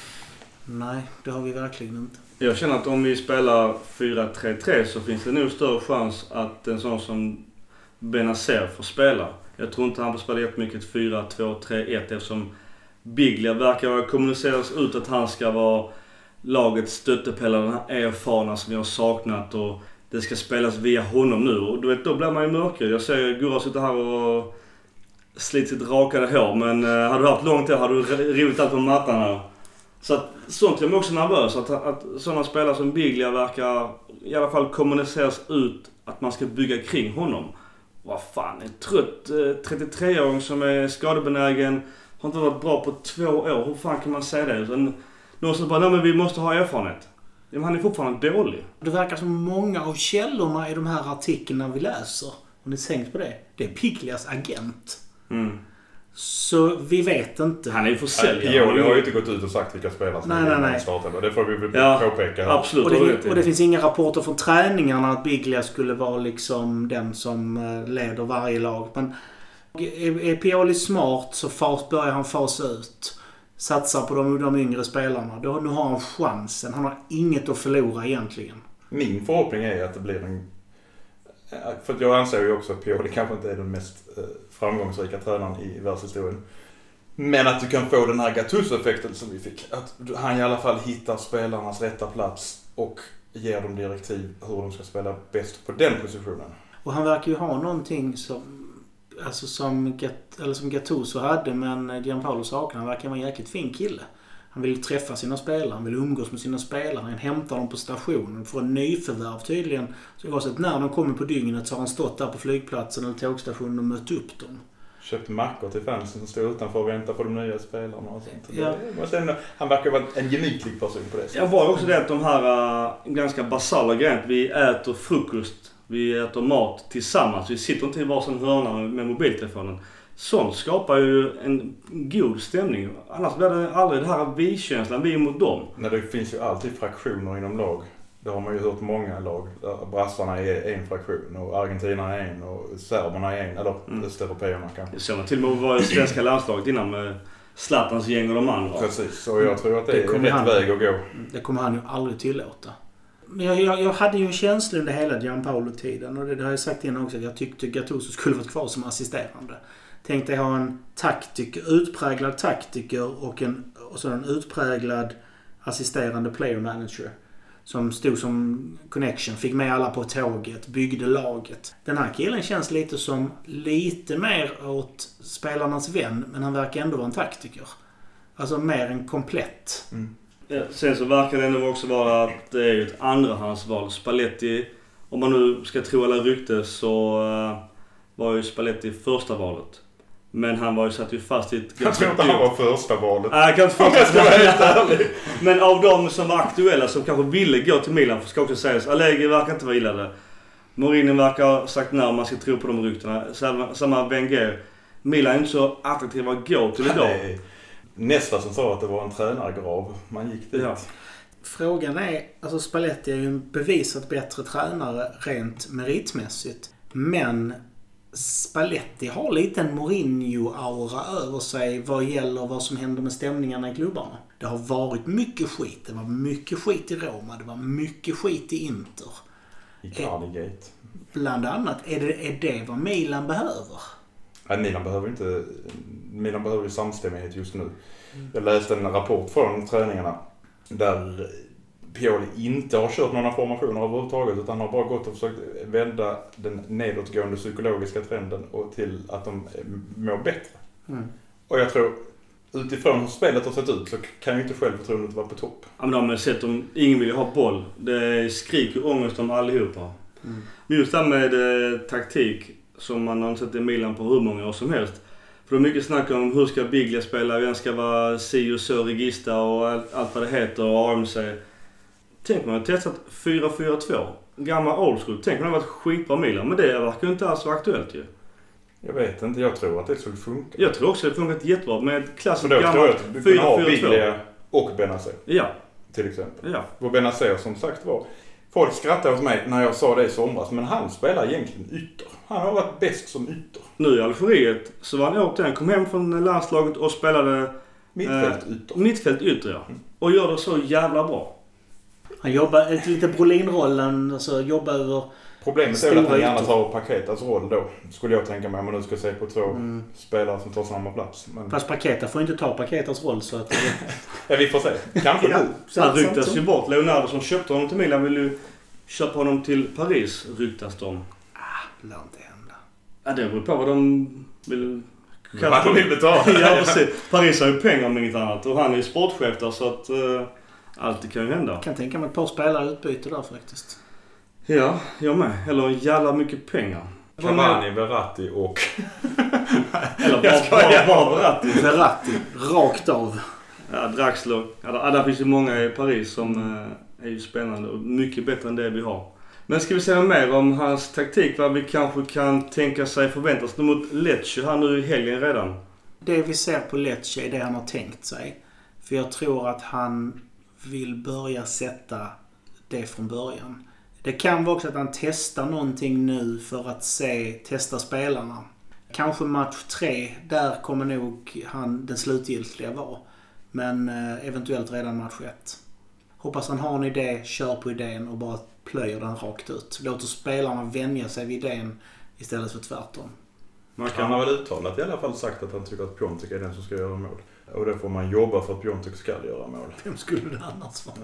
Nej, det har vi verkligen inte. Jag känner att om vi spelar fyra tre tre så finns det nog större chans att en sån som Benazer får spela. Jag tror inte han får spela jättemycket fyra två tre ett eftersom Biglia verkar kommuniceras ut att han ska vara lagets stöttepelare, den här erfarna som vi har saknat, och det ska spelas via honom nu. Och du vet, då blir man ju mörker. Jag ser Gurra sitta här och slit sitt rakade hår, men uh, hade du haft långt här hade du rivit allt på mattan här. Så att, sånt är jag också nervös. Att, att sådana spelare som Biglia verkar i alla fall kommuniceras ut att man ska bygga kring honom. Vad fan, en trött eh, trettiotre-åring som är skadebenägen, har inte varit bra på två år. Hur fan kan man säga det? Så, någon som bara, nej men vi måste ha erfarenhet. Men han är fortfarande dålig. Det verkar som många av källorna i de här artiklarna vi läser, om ni tänkt på det, det är Biglias agent. Mm. Så vi vet inte. Han är ju försäljare. Pioli har ju inte gått ut och sagt vilka spelare som nej, nej, nej. startar. Det får vi väl ja, påpeka. Absolut. Och det, och det finns inga rapporter från träningarna att Biglia skulle vara liksom den som leder varje lag. Men är, är Pioli smart så fas, börjar han fasa ut. Satsar på de, de yngre spelarna. Då, nu har han chansen. Han har inget att förlora egentligen. Min förhoppning är att det blir en... För jag anser ju också att Pioli kanske inte är den mest framgångsrika tränaren i världshistorien. Men att du kan få den här Gattuso-effekten som vi fick. Att han i alla fall hittar spelarnas rätta plats och ger dem direktiv hur de ska spela bäst på den positionen. Och han verkar ju ha någonting som... Alltså som, eller som Gattuso hade, men Gianpaolo saknar. Han verkar vara en jäkligt fin kille. Han vill träffa sina spelare, han vill umgås med sina spelare. Han hämtar dem på stationen för en nyförvärv tydligen. Så oavsett när de kommer på dygnet så har han stått där på flygplatsen eller tågstationen och mött upp dem. Köpt mackor till fansen som står utanför och väntar på de nya spelarna och sånt. Ja. Det, ändå, han verkar vara en gemytlig person på det sättet. Jag var också det att de här uh, ganska basala grejerna. Vi äter frukost, vi äter mat tillsammans. Vi sitter inte i varsin hörna med mobiltelefonen. Sånt skapar ju en god stämning. Annars blir det aldrig det här vi-känslan, vi mot dem. Nej, det finns ju alltid fraktioner inom lag. Det har man ju hört många lag. Brassarna är en fraktion och Argentina är en och serberna är en. Eller mm. östeuropeerna kanske. Det ser man till och med var i svenska landslaget innan med Zlatans gäng och de andra. Precis, och jag tror att det, det är rätt han, väg att gå. Det kommer han ju aldrig tillåta. Men jag, jag, jag hade ju en känsla under hela Gianpaolo-tiden. Och det, det har jag sagt innan också. Att jag tyckte Gattuso skulle varit kvar som assisterande. Tänkte jag ha en taktiker, utpräglad taktiker och en, och så en utpräglad assisterande player manager. Som stod som connection, fick med alla på tåget, byggde laget. Den här killen känns lite som lite mer åt spelarnas vän, men han verkar ändå vara en taktiker. Alltså mer en komplett. Mm. Ja, sen så verkar det ändå också vara att det är ett andrahandsval. Spalletti, om man nu ska tro alla rykten så uh, var ju Spalletti första valet. Men han var ju satt ju fast i ett... Jag tror inte han var första valet. Nej, jag kan inte första jag ska vara helt ärlig. Men av de som var aktuella som kanske ville gå till Milan, ska också sägas, Allegri verkar inte vara illa där. Mourinho verkar ha sagt när man ska tro på de ryktena. Samma, samma Wenger. Milan är inte så attraktiva att gå till idag. Nej. Nästa som sa att det var en tränargrav. Man gick dit. Ja. Frågan är, alltså Spalletti är ju en bevisat bättre tränare rent meritmässigt. Men Spalletti har lite en Mourinho-aura över sig vad gäller vad som händer med stämningarna i klubbarna. Det har varit mycket skit. Det var mycket skit i Roma. Det var mycket skit i Inter. I Cardigate. Bland annat. Är det, är det vad Milan behöver? Nej, Milan behöver inte... Milan behöver ju samstämmighet just nu. Mm. Jag läste en rapport från träningarna där Pioli inte har kört några formationer överhuvudtaget, utan har bara gått och försökt vända den nedåtgående psykologiska trenden och till att de mår bättre. Mm. Och jag tror, utifrån hur spelet har sett ut så kan ju inte självförtroendet vara på topp. Ja, men de har sett om ingen vill ha boll. Det skriker ångest om allihopa. Mm. Men just det med eh, taktik som man har sett i Milan på hur många år som helst. För det är mycket snack om hur ska Biglia spela, vem ska vara si och så regista och allt, allt vad det heter och A M C. Tänk man har testat fyra fyra två. Gammal old school. Tänk man har varit skitbra Milan. Men det verkar inte alls vara aktuellt ju. Jag vet inte. Jag tror att det skulle funka. Jag tror också att det funkat jättebra med ett klassiskt gammalt fyra fyra två. Och Benazer. Ja. Till exempel. Ja. Och Benazer som sagt var Folk skrattar åt mig när jag sa det i somras, men han spelar egentligen ytter. Han har varit bäst som ytter. Nu i Algeriet så var han återigen, kom hem från landslaget och spelade mittfält ytter. Eh, mittfält ytter, ja. Och gör det så jävla bra. Han jobbar lite Brolin-rollen, alltså jobbar över... Problemet är att han gärna tar Paketas roll då. Skulle jag tänka mig om man nu ska se på två mm. spelare som tar samma plats. Men... Fast Paketa får inte ta Paketas roll så att... ja, vi får se. Kanske ja, nu. Han ryktas ju bort. Leonardo som köpte honom till Milan vill ju köpa honom till Paris, ryktas de. Ah, låt inte hända. Ja, det beror på vad de vill... Vad de vill betala. Ja, precis. Paris har ju pengar om inget annat. Och han är ju sportchef där så att uh, allt kan ju hända. Jag kan tänka mig ett par spelare utbyte där faktiskt. Ja, jag med. Eller jävla mycket pengar. Cavani, Verratti och... Eller bara, bara, bara Verratti. Verratti, rakt av. Ja, Draxler. Ja, där finns ju många i Paris som uh, är ju spännande och mycket bättre än det vi har. Men ska vi säga mer om hans taktik? Vad vi kanske kan tänka sig förväntas mot Lecce här nu i helgen redan? Det vi ser på Lecce är det han har tänkt sig. För jag tror att han vill börja sätta det från början. Det kan vara också att han testar någonting nu för att se, testa spelarna. Kanske match tre, där kommer nog han, den slutgiltiga vara. Men eh, eventuellt redan match ett. Hoppas han har en idé, kör på idén och bara plöjer den rakt ut. Låter spelarna vänja sig vid idén istället för tvärtom. Man kan ha väl uttalat i alla fall sagt att han tycker att Piontek är den som ska göra mål. Och då får man jobba för att Piontek ska göra mål. Vem skulle det annars vara?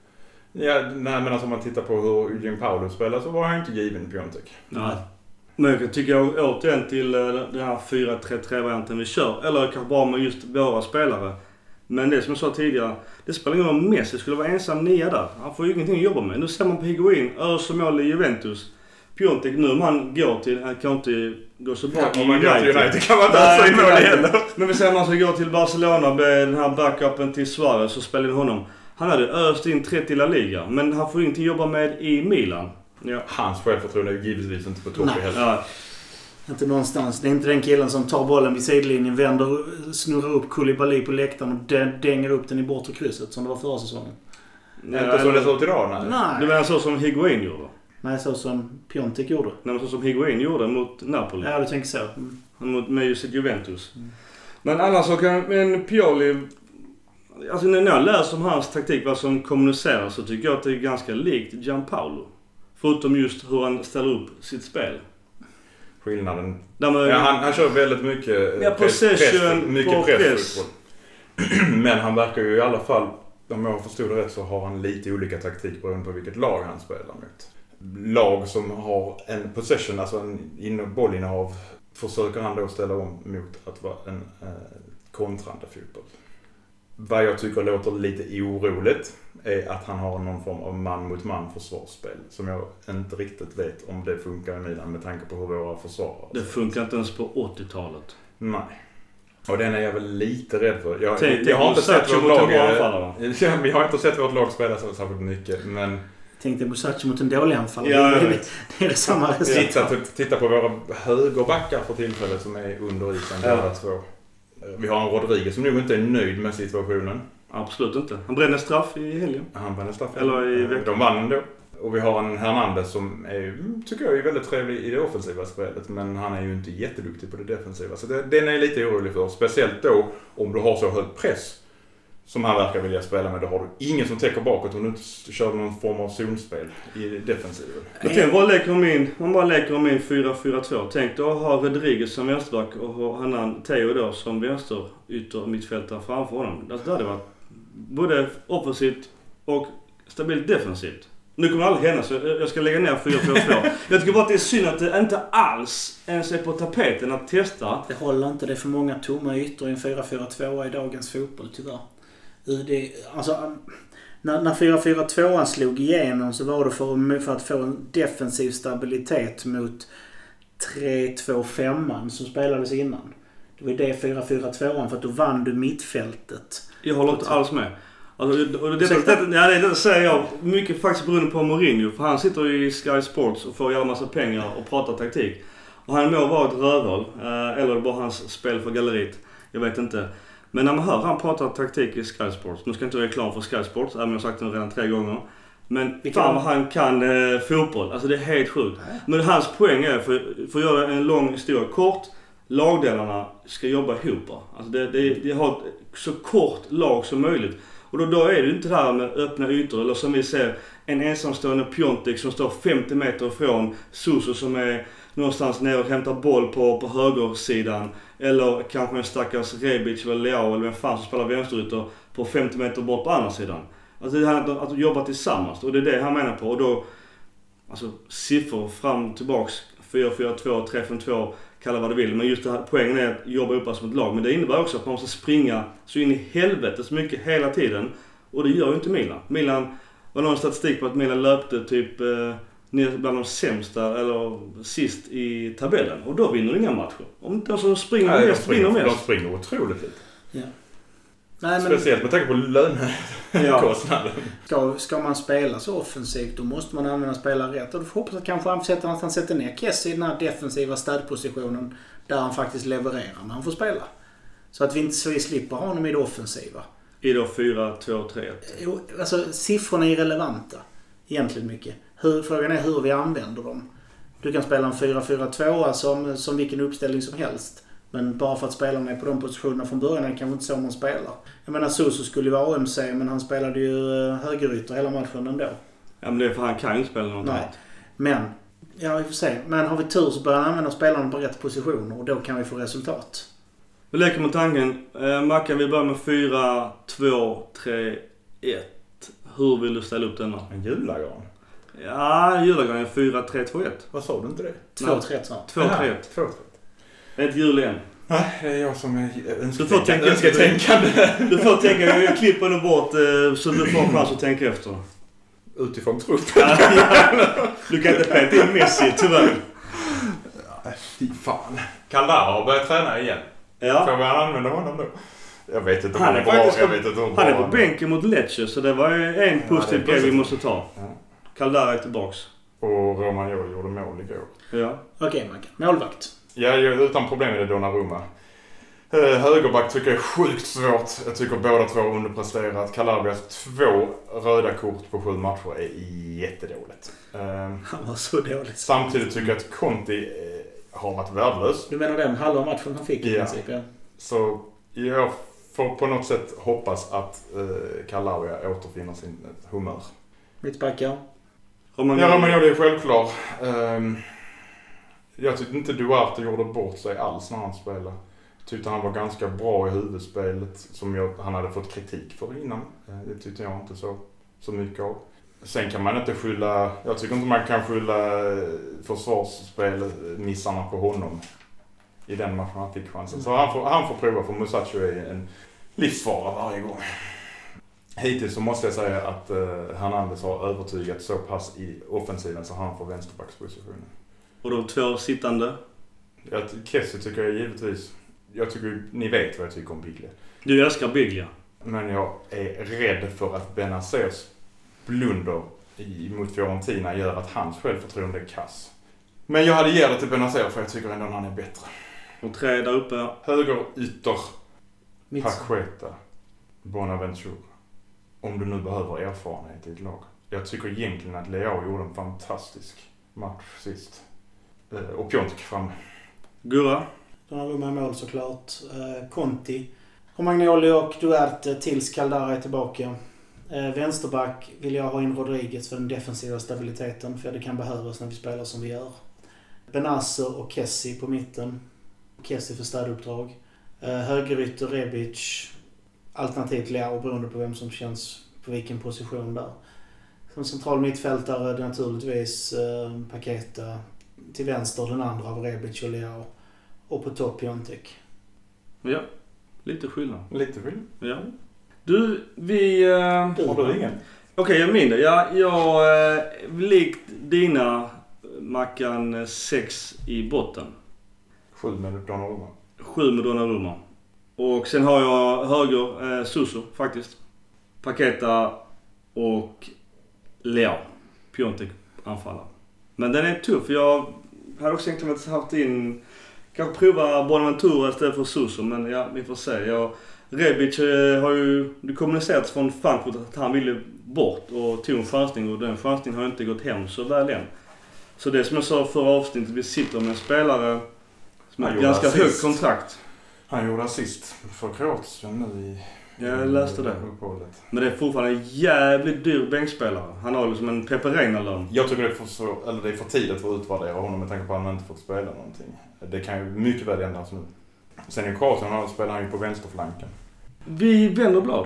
Ja, nej, men alltså om man tittar på hur Gianpaolo spelar så var han inte given Piontek. Nej. Men jag tycker jag återigen till den här fyra tre tre-varianten vi kör. Eller kanske bara med just våra spelare. Men det som jag sa tidigare, det spelar ingen roll om Messi skulle vara ensam nia där. Han får ju ingenting att jobba med. Nu ser man på Higuain, Ös mål i Juventus. Piontek nu, om han går till, han kan inte gå så bra ja, i United. United kan man inte ha så i mål heller. Men vi säger man ska gå till Barcelona med den här backupen till Suarez och spela in honom. Han hade öst in trettio La Liga, men han får inte jobba med i Milan. Ja. Hans självförtroende är givetvis inte på topp i heller. Ja. Inte någonstans. Det är inte den killen som tar bollen vid sidlinjen, vänder, snurrar upp Koulibaly på läktaren och dänger upp den i bortre krysset som det var förra säsongen. Ja, inte så det såg ut idag, nej. nej. Det var så som Higuain gjorde. Nej, så som Piontek gjorde. Nej, men så som Higuain gjorde mot Napoli. Ja, du tänker så. Mm. Mot, med just Juventus. Mm. Men annars så kan en Pioli... Alltså när jag läser om hans taktik, vad som kommuniceras, så tycker jag att det är ganska likt Gianpaolo. Förutom just hur han ställer upp sitt spel. Skillnaden. Man, ja, han, han kör väldigt mycket ja, press, press, mycket press. Men han verkar ju i alla fall, om jag förstod det rätt, så har han lite olika taktik beroende på vilket lag han spelar mot. Lag som har en possession, alltså en bollinnehav, försöker han då ställa om mot att vara en eh, kontrande fotboll. Vad jag tycker låter lite oroligt är att han har någon form av man mot man försvarsspel som jag inte riktigt vet om det funkar i Milan med tanke på hur våra försvarare. Det funkar inte ens på åttiotalet. Nej. Och den är jag väl lite rädd för. Jag, Tänk, jag har inte sett vårt lag. Ja, vi har inte sett vårt lag spela så särskilt mycket, men tänkte Musachi mot en dålig anfallare. Ja, det, det, det är det samma resultat. Titta, titta på våra högerbackar för tillfället som är under isen båda två. Vi har en Rodriguez som nog inte är nöjd med situationen. Absolut inte. Han bränner straff i helgen. Han bränner straff i Eller i veckan. De vann ändå. Och vi har en Hernandez som är, tycker jag är väldigt trevlig i det offensiva spelet. Men han är ju inte jätteduktig på det defensiva. Så det, den är jag lite orolig för. Speciellt då om du har så hög press som han verkar vilja spela med. Då har du ingen som täcker bakåt om du inte kör någon form av zonspel i defensiven. Men bara leker om min, man bara leker om min fyra fyra två. Tänk då ha Rodriguez som vänsterback och ha Hanan Theo då som vänster ytter mittfältare framför honom. Alltså det hade varit både offensivt och stabilt defensivt. Nu kommer aldrig hända så jag ska lägga ner fyra fyra två. Jag tycker bara att det är synd att det inte alls ens är på tapeten att testa. Det håller inte, det är för många tomma ytor i en fyra fyra två i dagens fotboll tyvärr. Det, alltså, när, när fyra fyra två slog igenom så var det för, för att få en defensiv stabilitet mot tre två fem som spelades innan. Det var det fyra fyra två för att då vann du mittfältet. Jag håller inte alls med. Alltså, och det, det, det, ja, det, det säger jag mycket faktiskt beroende på Mourinho. För han sitter i Sky Sports och får göra massa pengar och prata taktik. Och han må vara ett rövhål. Eller bara hans spel för galleriet. Jag vet inte. Men när man hör han prata taktik i Sky Sports. Nu ska jag inte göra reklam för Sky Sports. Även om jag har sagt det redan tre gånger. Men Vilka? fan vad han kan eh, fotboll. Alltså det är helt sjukt. Nej. Men hans poäng är, för, för att göra en lång historia kort, lagdelarna ska jobba ihop. Alltså det, det, det har ett så kort lag som möjligt. Och då, då är det inte det här med öppna ytor. Eller som vi ser, en ensamstående Piontek som står femtio meter ifrån Suso som är någonstans ner och hämtar boll på, på högersidan. Eller kanske en stackars Rebic eller Leao eller vem fan som spelar vänsterytor på femtio meter bort på andra sidan. Alltså det här att, att jobba tillsammans. Och det är det han menar på. Och då, alltså siffror fram tillbaks. fyra fyra två, tre fem två, kalla vad du vill. Men just det här, poängen är att jobba upp som ett lag. Men det innebär också att man måste springa så in i helvete så mycket hela tiden. Och det gör ju inte Milan. Milan var någon statistik på att Milan löpte typ eh, ner bland de sämsta eller sist i tabellen. Och då vinner inga matcher. Om inte de som springer Nej, mest, springer, vinner mest. De springer otroligt lite. Ja. Nej, men speciellt med tanke på lönekostnaden. Ja. Ska, ska man spela så offensivt, då måste man använda spelare rätt. Och du får hoppas att kanske han sätter, att han sätter ner Kessie i den här defensiva stödpositionen där han faktiskt levererar när han får spela. Så att vi inte så vi slipper honom i det offensiva. I då fyra två tre ett. Jo, alltså siffrorna är irrelevanta. Egentligen mycket. Hur, frågan är hur vi använder dem. Du kan spela en fyra fyra två som, som vilken uppställning som helst. Men bara för att spelarna är på de positionerna från början är det kanske inte så man spelar. Jag menar, Suso skulle ju vara A M C, men han spelade ju högerytter hela matchen ändå. Ja, men det är för han kan ju inte spela något Nej. annat. Men, ja vi får se. Men har vi tur så börjar han använda spelarna på rätt positioner och då kan vi få resultat. Vi leker med tanken. Eh, Mackan, vi börjar med fyra två tre ett. Hur vill du ställa upp denna? En julagran. Ja, julagran är fyra tre två ett. Vad sa du inte det? två tre ett. två tre ett. Det är inte jul igen. Nej, det är jag som är önsketänkande. önsketänkande. Du får tänka, jag klipper nu bort så du får en chans att tänka efter. Utifrån truppen. Ja, ja. Du kan inte peta in Messi, tyvärr. Ja, fy fan. Caldara har börjat träna igen. Ja. Får vi använda honom då? Jag vet inte om han det är bra. faktiskt Jag på, vet inte om han är bra. på bänken mot Lecce, så det var ju en positiv ja, grej vi måste ta. Ja. Caldara är tillbaks. Och Romagnoli gjorde mål igår. Ja. Okej, okay, Mackan. Målvakt. Ja, utan problem är det Donnarumma. Högerback tycker jag är sjukt svårt. Jag tycker båda två har underpresterat. Calabrias två röda kort på sju matcher är jättedåligt. Han var så dåligt. Samtidigt tycker jag att Conti har varit värdelös. Du menar den halva matchen han fick i ja. princip? Ja. Så jag får på något sätt hoppas att Calabria återfinner sin humör. Mittbackar? Ja, Romagnoli är självklar. Jag tyckte inte Duarte gjorde bort sig alls när han spelade. Tyckte han var ganska bra i huvudspelet som jag, han hade fått kritik för innan. Det tyckte jag inte så, så mycket av. Sen kan man inte skylla, jag tycker inte man kan skylla försvarsspelmissarna på honom i den matchen han fick chansen. Så han får, han får prova, för Musacho är en livsfara varje gång. Hittills så måste jag säga att uh, Hernandez har övertygat så pass i offensiven så han får vänsterbackspositionen. Och de två sittande? Ja, Kessie tycker jag givetvis. Jag tycker, ni vet vad jag tycker om Biglia. Du älskar Biglia. Men jag är rädd för att Benazers blunder mot Fiorentina gör att hans självförtroende är kass. Men jag hade gett det till Benazer för jag tycker ändå att han är bättre. Och tre där uppe. Höger ytter. Paqueta. Bonaventure. Om du nu behöver erfarenhet i ett lag. Jag tycker egentligen att Leao gjorde en fantastisk match sist. Och Piontek fram. Gurra. Donnarumma mål såklart. Eh, Conti. Romagnoli och Duarte tills Caldara är tillbaka. Eh, vänsterback vill jag ha in Rodriguez för den defensiva stabiliteten. För det kan behövas när vi spelar som vi gör. Benazer och Kessie på mitten. Kessie för stöduppdrag. Eh, högerytter Rebic. Alternativt Leao beroende på vem som känns på vilken position där. Som central mittfältare naturligtvis eh, Paqueta. Till vänster den andra av Rebic och Leao. Och på topp Piontek. Ja, lite skillnad. Lite skillnad. Ja. Du, vi... Uh... Har du ingen? Okej, okay, jag mindre. Ja, jag uh, likt dina Mackan sex i botten. Sju med Donnarumma. Sju med Donnarumma. Och sen har jag höger uh, Suso faktiskt. Paqueta och Leao. Piontek anfallare. Men den är tuff. Jag hade också egentligen haft in... Kanske prova Bonaventura istället för Suso, men ja, vi får se. Jag, Rebic har ju det kommunicerats från Frankfurt att han ville bort och tog en chansning och den chansningen har inte gått hem så väl än. Så det som jag sa förra avsnittet, vi sitter med en spelare som har ett ganska assist. högt kontrakt. Han gjorde assist för Kroatien nu i... Jag läste det. Uppehållet. Men det är fortfarande en jävligt dyr bänkspelare. Han har liksom en Pepe Reina-lön. Jag tycker det är, för så, eller det är för tidigt för att utvärdera honom med tanke på att han inte fått spela någonting. Det kan ju mycket väl ändras nu. Sen i Kroatien han spelar han ju på vänsterflanken. Vi vänder blad.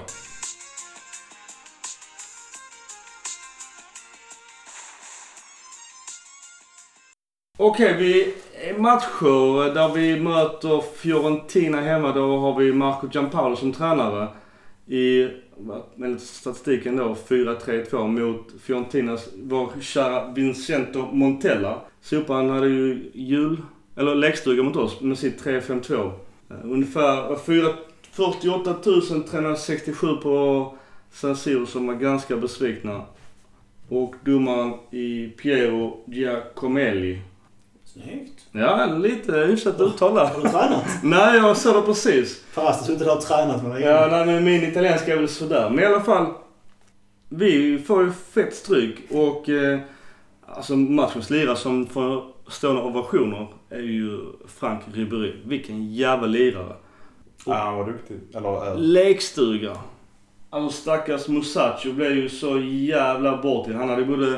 Okej, vi är matcher där vi möter Fiorentina hemma. Då har vi Marco Giampaolo som tränare i, med statistiken då, fyra tre två mot Fiorentinas vår kära Vincenzo Montella. Sopan hade ju jul, eller läggstuga mot oss med sitt tre fem två. Ungefär fyrtioåtta tusen trehundrasextiosju på San Siro som var ganska besvikna. Och domaren i Piero Giacomelli. Snyggt. Ja, lite hyfsat uttala. Har du tränat? Nej, jag sa det precis. Fast du inte har tränat med dig. Ja, nej, men min italienska är väl sådär. Men i alla fall, vi får ju fett stryk. Och eh, alltså matchens lirare som får stående ovationer är ju Frank Ribéry. Vilken jävla lirare. Ja, han var duktig. Eller, äh. Lekstuga. Alltså stackars Musacchio blev ju så jävla bort. Han hade både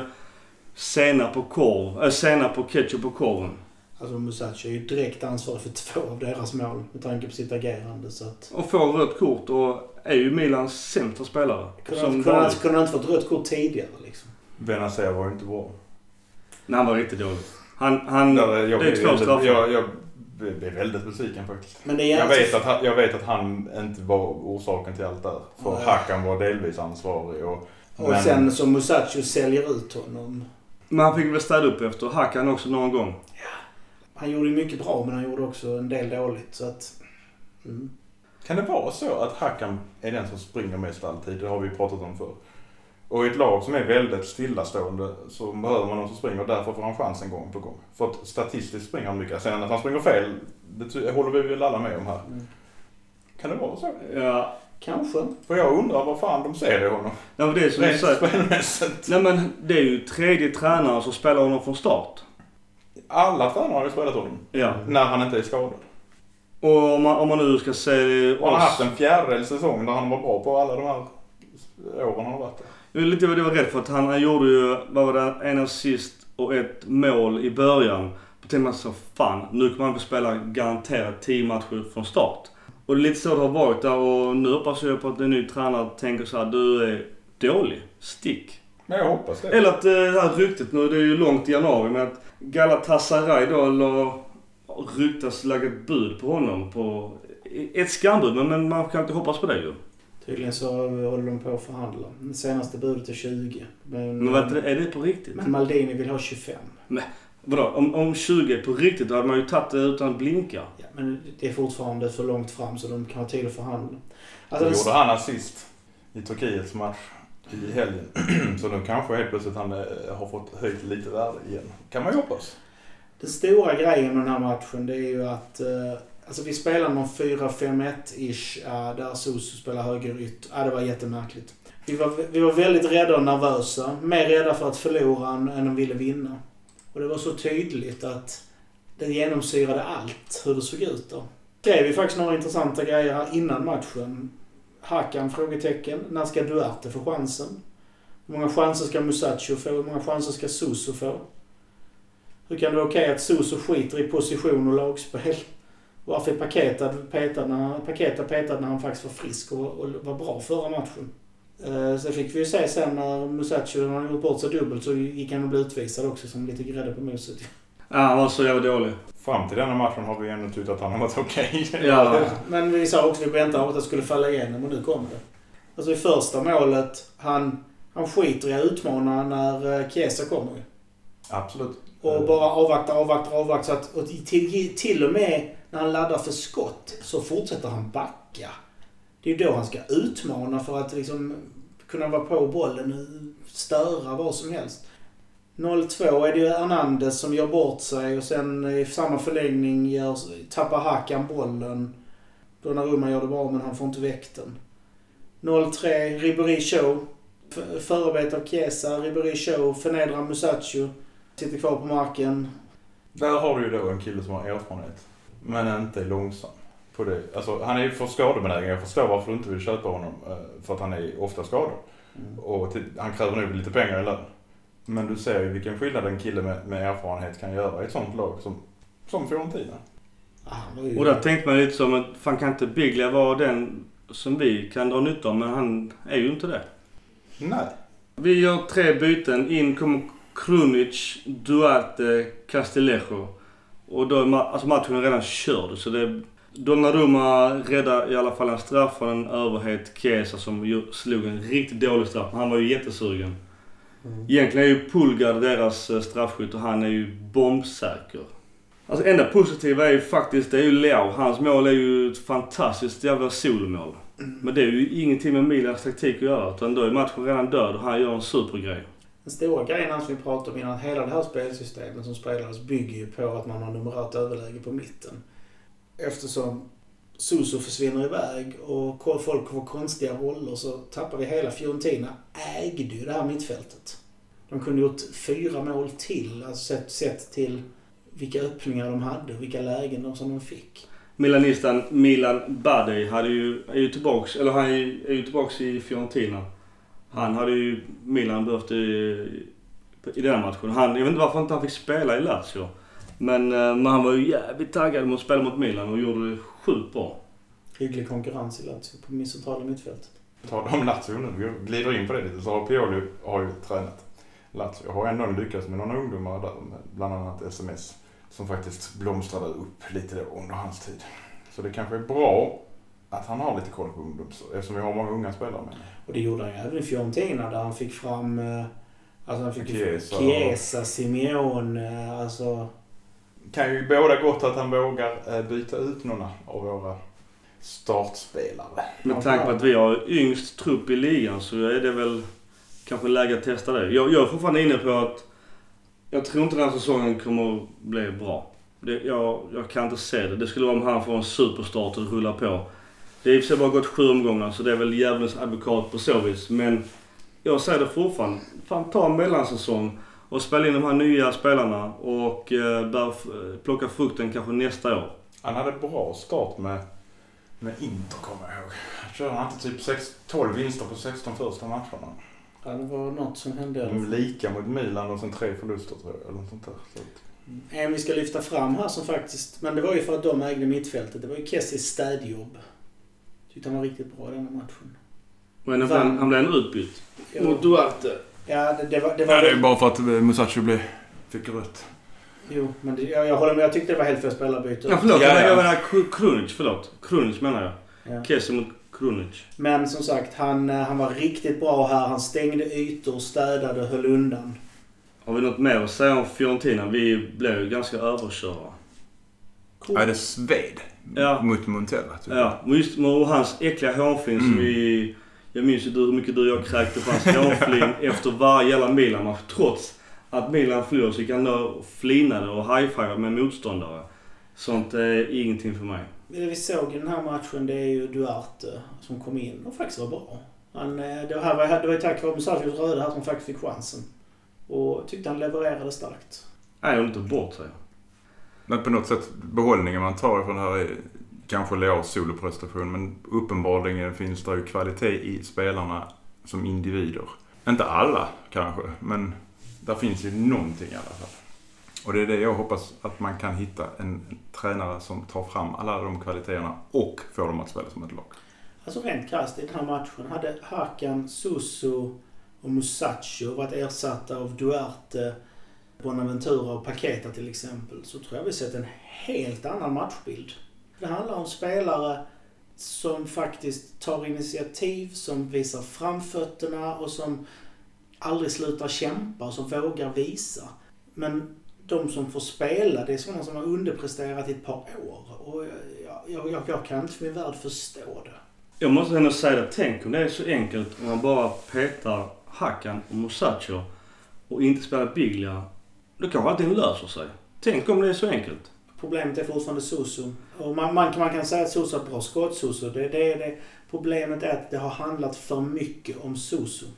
sena på korv, äh, sena på ketchup på korven. Alltså Musacchio är ju direkt ansvarig för två av deras mål med tanke på sitt agerande. Så att... Och får rött kort och är ju Milans sämsta spelare. Kunde han, kunde han, kunde han inte fått rött kort tidigare liksom? Benazer var ju inte bra. Nej, han var riktigt dålig. Han, han, ja, jag, det är två straffar. Jag, jag blev väldigt besviken faktiskt. Men det är jag, vet att han, jag vet att han inte var orsaken till allt där. För ja. Hakan var delvis ansvarig. Och, och men... sen så Musacchio säljer ut honom. Men han fick väl städa upp efter Hakan också någon gång. Ja. Han gjorde ju mycket bra men han gjorde också en del dåligt. Så att, mm. Kan det vara så att Hakan är den som springer mest alltid? Det har vi pratat om förr. Och i ett lag som är väldigt stillastående så behöver man någon som springer och därför får han chansen gång på gång. För att statistiskt springer han mycket. Sen att han springer fel, det håller vi väl alla med om här. Mm. Kan det vara så? Ja, kanske. För jag undrar vad fan de ser i honom. Ja, men det är som du säger. Nej, men det är ju tredje tränare som spelar honom från start. Alla tränare har ju spelat honom. Ja. När han inte är skadad. Och om man, om man nu ska säga... Han har haft en fjärdedel säsong där han var bra på alla de här åren han har varit där. Jag är lite vad det var rädd för att han, han gjorde ju, vad var det, en assist och ett mål i början. På temat så fan, nu kommer han få spela garanterat tio matcher från start. Och det är lite så det har varit där och nu hoppas jag på att en ny tränare tänker så här, du är dålig, stick. Men jag hoppas det. Eller att det här ryktet nu, det är ju långt i januari, men att Galatasaray då eller ryktas lägga ett bud på honom på ett skambud, men man kan inte hoppas på det ju. Tydligen så håller de på att förhandla. Det senaste budet är tjugo. Men, men vad är det på riktigt? Men Maldini vill ha tjugofem. Men vadå? Om, om tjugo är på riktigt då hade man ju tagit det utan att blinka. Ja, men det är fortfarande för långt fram så de kan ha tid att förhandla. Alltså, det gjorde han assist i Turkiets match i helgen. Så nu kanske helt plötsligt han har fått höjt lite värde igen. Kan man ju hoppas. Den stora grejen med den här matchen det är ju att alltså vi spelar någon fyra fem ett-ish där Suso spelar högerytt. Ja, det var jättemärkligt. Vi var, vi var väldigt rädda och nervösa. Mer rädda för att förlora än att ville vinna. Och det var så tydligt att det genomsyrade allt hur det såg ut då. Det vi faktiskt några intressanta grejer här innan matchen. Hakan, frågetecken. När ska Duarte få chansen? Hur många chanser ska Musacchio få? Hur många chanser ska Suso få? Hur kan det vara okej att Suso skiter i position och lagspel? Varför är Paqueta petad när, Paqueta petad när han faktiskt var frisk och, och var bra förra matchen? Uh, så fick vi ju se sen när Musacchio hade gjort bort sig dubbelt så gick han och blev utvisad också som lite grädde på moset. Ja, han var så jävla dålig. Fram till denna matchen har vi ändå tyckt att han har varit okej. Okay. Ja, men vi sa också att vi väntade att det skulle falla igenom och nu kom det. Alltså i första målet, han, han skiter i att utmana när Chiesa kommer. Absolut. Och bara avvakta, avvakta, avvakta. Så att, och till, till och med när han laddar för skott så fortsätter han backa. Det är då han ska utmana för att liksom kunna vara på bollen och störa vad som helst. noll två är det ju Hernandez som gör bort sig och sen i samma förlängning gör, tappar Hakan bollen. Donnarumma gör det bra men han får inte väck den. noll tre Ribéry show. F- förarbete av Chiesa, Ribéry show, förnedrar Musacho, sitter kvar på marken. Där har du ju då en kille som har erfarenhet, men inte är långsam. På det. Alltså, han är ju för skadebenägen. Jag förstår varför du inte vill köpa honom, för att han är ofta skadad. Mm. Och till, han kräver nog lite pengar i lön. Men du ser ju vilken skillnad en kille med, med erfarenhet kan göra i ett sånt lag som, som Fiorentina. Ah, och där tänkte man lite som att fan kan inte Biglia vara den som vi kan dra nytta av, men han är ju inte det. Nej. Vi gör tre byten. In kommer Krunic, Duarte, Castillejo. Och då är ma- alltså matchen redan körd. Så det, Donnarumma räddar i alla fall en straff från en överhet Chiesa som ju, slog en riktigt dålig straff. Han var ju jättesugen. Mm. Egentligen är ju Pulgar deras straffskytt och han är ju bombsäker. Alltså enda positiva är ju faktiskt, det är ju Leao. Hans mål är ju ett fantastiskt jävla solomål. Mm. Men det är ju ingenting med Milans taktik att göra. Utan då är matchen redan död och han gör en supergrej. Den stora grejen som vi pratade om innan, att hela det här spelsystemet som spelades bygger ju på att man har numerärt överläge på mitten. Eftersom Suso försvinner iväg och folk får konstiga roller så tappar vi hela Fiorentina. Ägde ju det här mittfältet. De kunde gjort fyra mål till, alltså sett, sett till vilka öppningar de hade och vilka lägen de som de fick. Milanistan Milan Badej hade ju, är ju tillbaks, eller han är ju, är ju tillbaks i Fiorentina. Han hade ju Milan behövt i, i den matchen. Han, jag vet inte varför inte han fick spela i Lazio. Men, men han var ju jävligt taggad mot att spela mot Milan och gjorde det sjukt bra. Hygglig konkurrens i Lazio på min centrala mittfältet. Ta om Lazio nu, vi glider in på det lite. Så har Pioli har ju tränat Lazio. Har ändå lyckats med några ungdomar där, bland annat S M S, som faktiskt blomstrade upp lite under hans tid. Så det kanske är bra att han har lite koll på ungdom, eftersom vi har många unga spelare med. Och det gjorde han ju även i Fiorentina där han fick fram alltså han fick Chiesa, Chiesa, Simeone, alltså kan ju båda gott att han vågar byta ut några av våra startspelare. Med tanke på att vi har yngst trupp i ligan så är det väl kanske läge att testa det. Jag, jag är fortfarande inne på att jag tror inte den här säsongen kommer att bli bra. Det, jag, jag kan inte se det. Det skulle vara om han får en superstart och rullar på. Det är i och för sig bara gått sju omgångar så det är väl jävligt advokat på så vis. Men jag säger det fortfarande. Fan, ta en mellansäsong och spela in de här nya spelarna och eh, bör plocka frukten kanske nästa år. Han hade bra start med, med Inter, kommer jag ihåg. Jag tror han hade typ sex, tolv vinster på sexton första matcherna. Ja, det var något som hände. De lika mot Milan och sen tre förluster tror jag, eller något sånt där. Så att... En vi ska lyfta fram här som faktiskt, men det var ju för att de ägde mittfältet. Det var ju Kessis städjobb. Tyckte han var riktigt bra i den här matchen. Men han, Van... han blev en utbytt. Ja. Mot Duarte. Ja, det, det var... Det, var ja, det är bara för att Musacho blev, fick rött. Jo, men det, jag, jag håller med. Jag tyckte det var helt för spelarbyte. Ja, förlåt. Ja, ja. Jag menar Krunic, förlåt. Krunic menar jag. Ja. Kessi mot Krunic. Men som sagt, han, han var riktigt bra här. Han stängde ytor, städade och höll undan. Har vi något mer att säga om Fiorentina? Vi blev ju ganska överkörda. Cool. Ja, det sved ja. mot Montella. Typ. Ja, och just med hans äckliga hånfling mm. som vi... Jag minns ju hur mycket du och jag kräkte på hans hånfling efter varje jävla Milan-match. Trots att Milan förlorade så gick han då flinade och high-fivade med motståndare. Sånt är ingenting för mig. Det vi såg i den här matchen, det är ju Duarte som kom in och faktiskt var bra. Han, det, här var, det var ju tack vare Musachos röda här som faktiskt fick chansen. Och tyckte han levererade starkt. Nej, jag har inte bort sig. Men på något sätt, behållningen man tar från det här är kanske Leaos soloprestation. Men uppenbarligen finns det ju kvalitet i spelarna som individer. Inte alla kanske, men där finns ju någonting i alla fall. Och det är det jag hoppas att man kan hitta en, en tränare som tar fram alla de kvaliteterna och får dem att spela som ett lag. Alltså rent krasst i den här matchen hade Hakan, Suso och Musacho varit ersatta av Duarte, Bonaventura och Paqueta till exempel, så tror jag vi sett en helt annan matchbild. Det handlar om spelare som faktiskt tar initiativ, som visar framfötterna och som aldrig slutar kämpa och som vågar visa. Men de som får spela, det är sådana som har underpresterat i ett par år. Och jag, jag, jag kan inte för min värld förstå det. Jag måste ändå säga det. Tänk om det är så enkelt om man bara petar Hakan och Musacho och inte spelar Biglia. Då kanske allting löser sig. Tänk om det är så enkelt. Problemet är fortfarande Suso. Och man, man, man kan säga att Suso är bra skott, Suso. Det, det, det, problemet är att det har handlat för mycket om Suso.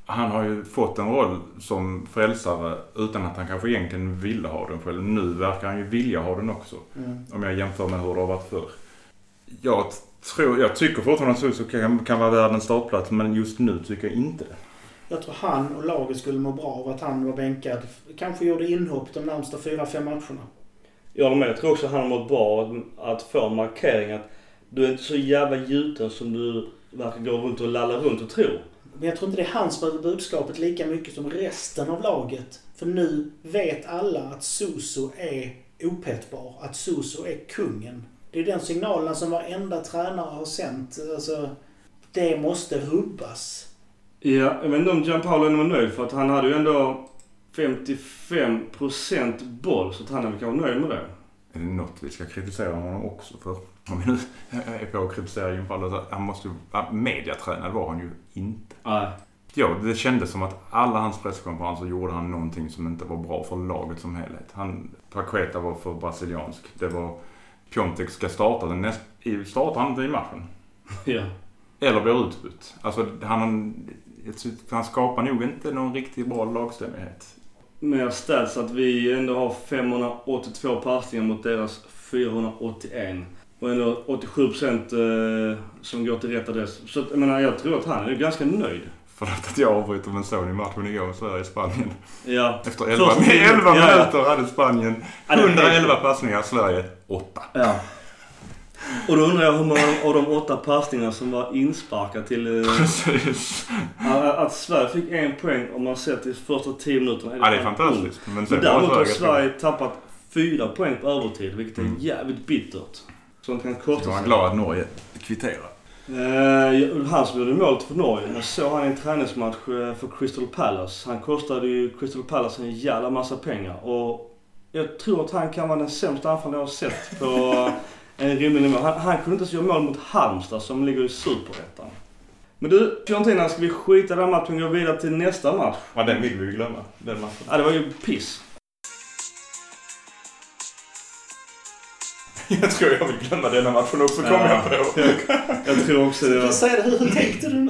Han har ju fått en roll som frälsare utan att han kanske egentligen ville ha den själv. Nu verkar han ju vilja ha den också. Mm. Om jag jämför med hur det har varit förr. Jag, tror, jag tycker fortfarande att Suso kan, kan vara värd en startplats, men just nu tycker jag inte det. Jag tror han och laget skulle må bra av att han var bänkad. Kanske gjorde inhopp de närmsta fyra fem matcherna. Ja, men jag tror också att han har mått bra att få en markering att du är inte så jävla gjuten som du verkar gå runt och lalla runt och tro. Men jag tror inte det är hans budskapet lika mycket som resten av laget. För nu vet alla att Suso är opettbar. Att Suso är kungen. Det är den signalen som varenda tränare har sänt. Alltså, det måste rubbas. Ja, jag vet inte om Gianpaolo är nöjd för att han hade ju ändå femtiofem procent boll, så att han kan vara nöjd med det. Är det något vi ska kritisera honom också för? Om vi nu är på att kritisera Gianpaolo, så han måste ju, mediatränad var han ju inte. Nej. Ja, det kändes som att alla hans presskonferenser gjorde han någonting som inte var bra för laget som helhet. Han, Paqueta var för brasiliansk. Det var Piontek ska starta den näst, startar han inte i matchen. Ja. Eller blir utbytt. Alltså han, han skapar nog inte någon riktigt bra lagstämmighet. Med stats att vi ändå har femhundraåttiotvå passningar mot deras fyrahundraåttioen. Och ändå åttiosju procent eh, som går till rätt adress. Så att, jag menar, jag tror att han är ganska nöjd. För att jag avbryter med en son i matchen igår med Sverige i Spanien. Ja. Efter elva, elva ja. minuter hade Spanien hundraelva passningar, Sverige åtta. Ja. Och då undrar jag hur många av de åtta passningar som var insparkade till... Eh, Precis. Att Sverige fick en poäng om man sett i första tio minuterna. Ja, det är fantastiskt. Men, men däremot har Sverige tappat fyra poäng på övertid, vilket är mm. jävligt bittert. Sånt kan kosta sig. Jag var glad att Norge kvitterar. Eh, han som gjorde målet för Norge. Jag såg han i en träningsmatch för Crystal Palace. Han kostade ju Crystal Palace en jävla massa pengar. Och jag tror att han kan vara den sämsta anfallaren jag har sett på en rimlig nivå. Han, han kunde inte ens göra mål mot Halmstad som ligger i superettan. Men du, Fiorentina, ska vi skita den matchen och gå vidare till nästa match? Ja, den vill vi glömma. Den matchen. Ja, det var ju piss. Jag tror jag vill glömma denna matchen också, kommer ja, jag på. Jag, jag tror också det. Jag säger det, hur tänkte du nu?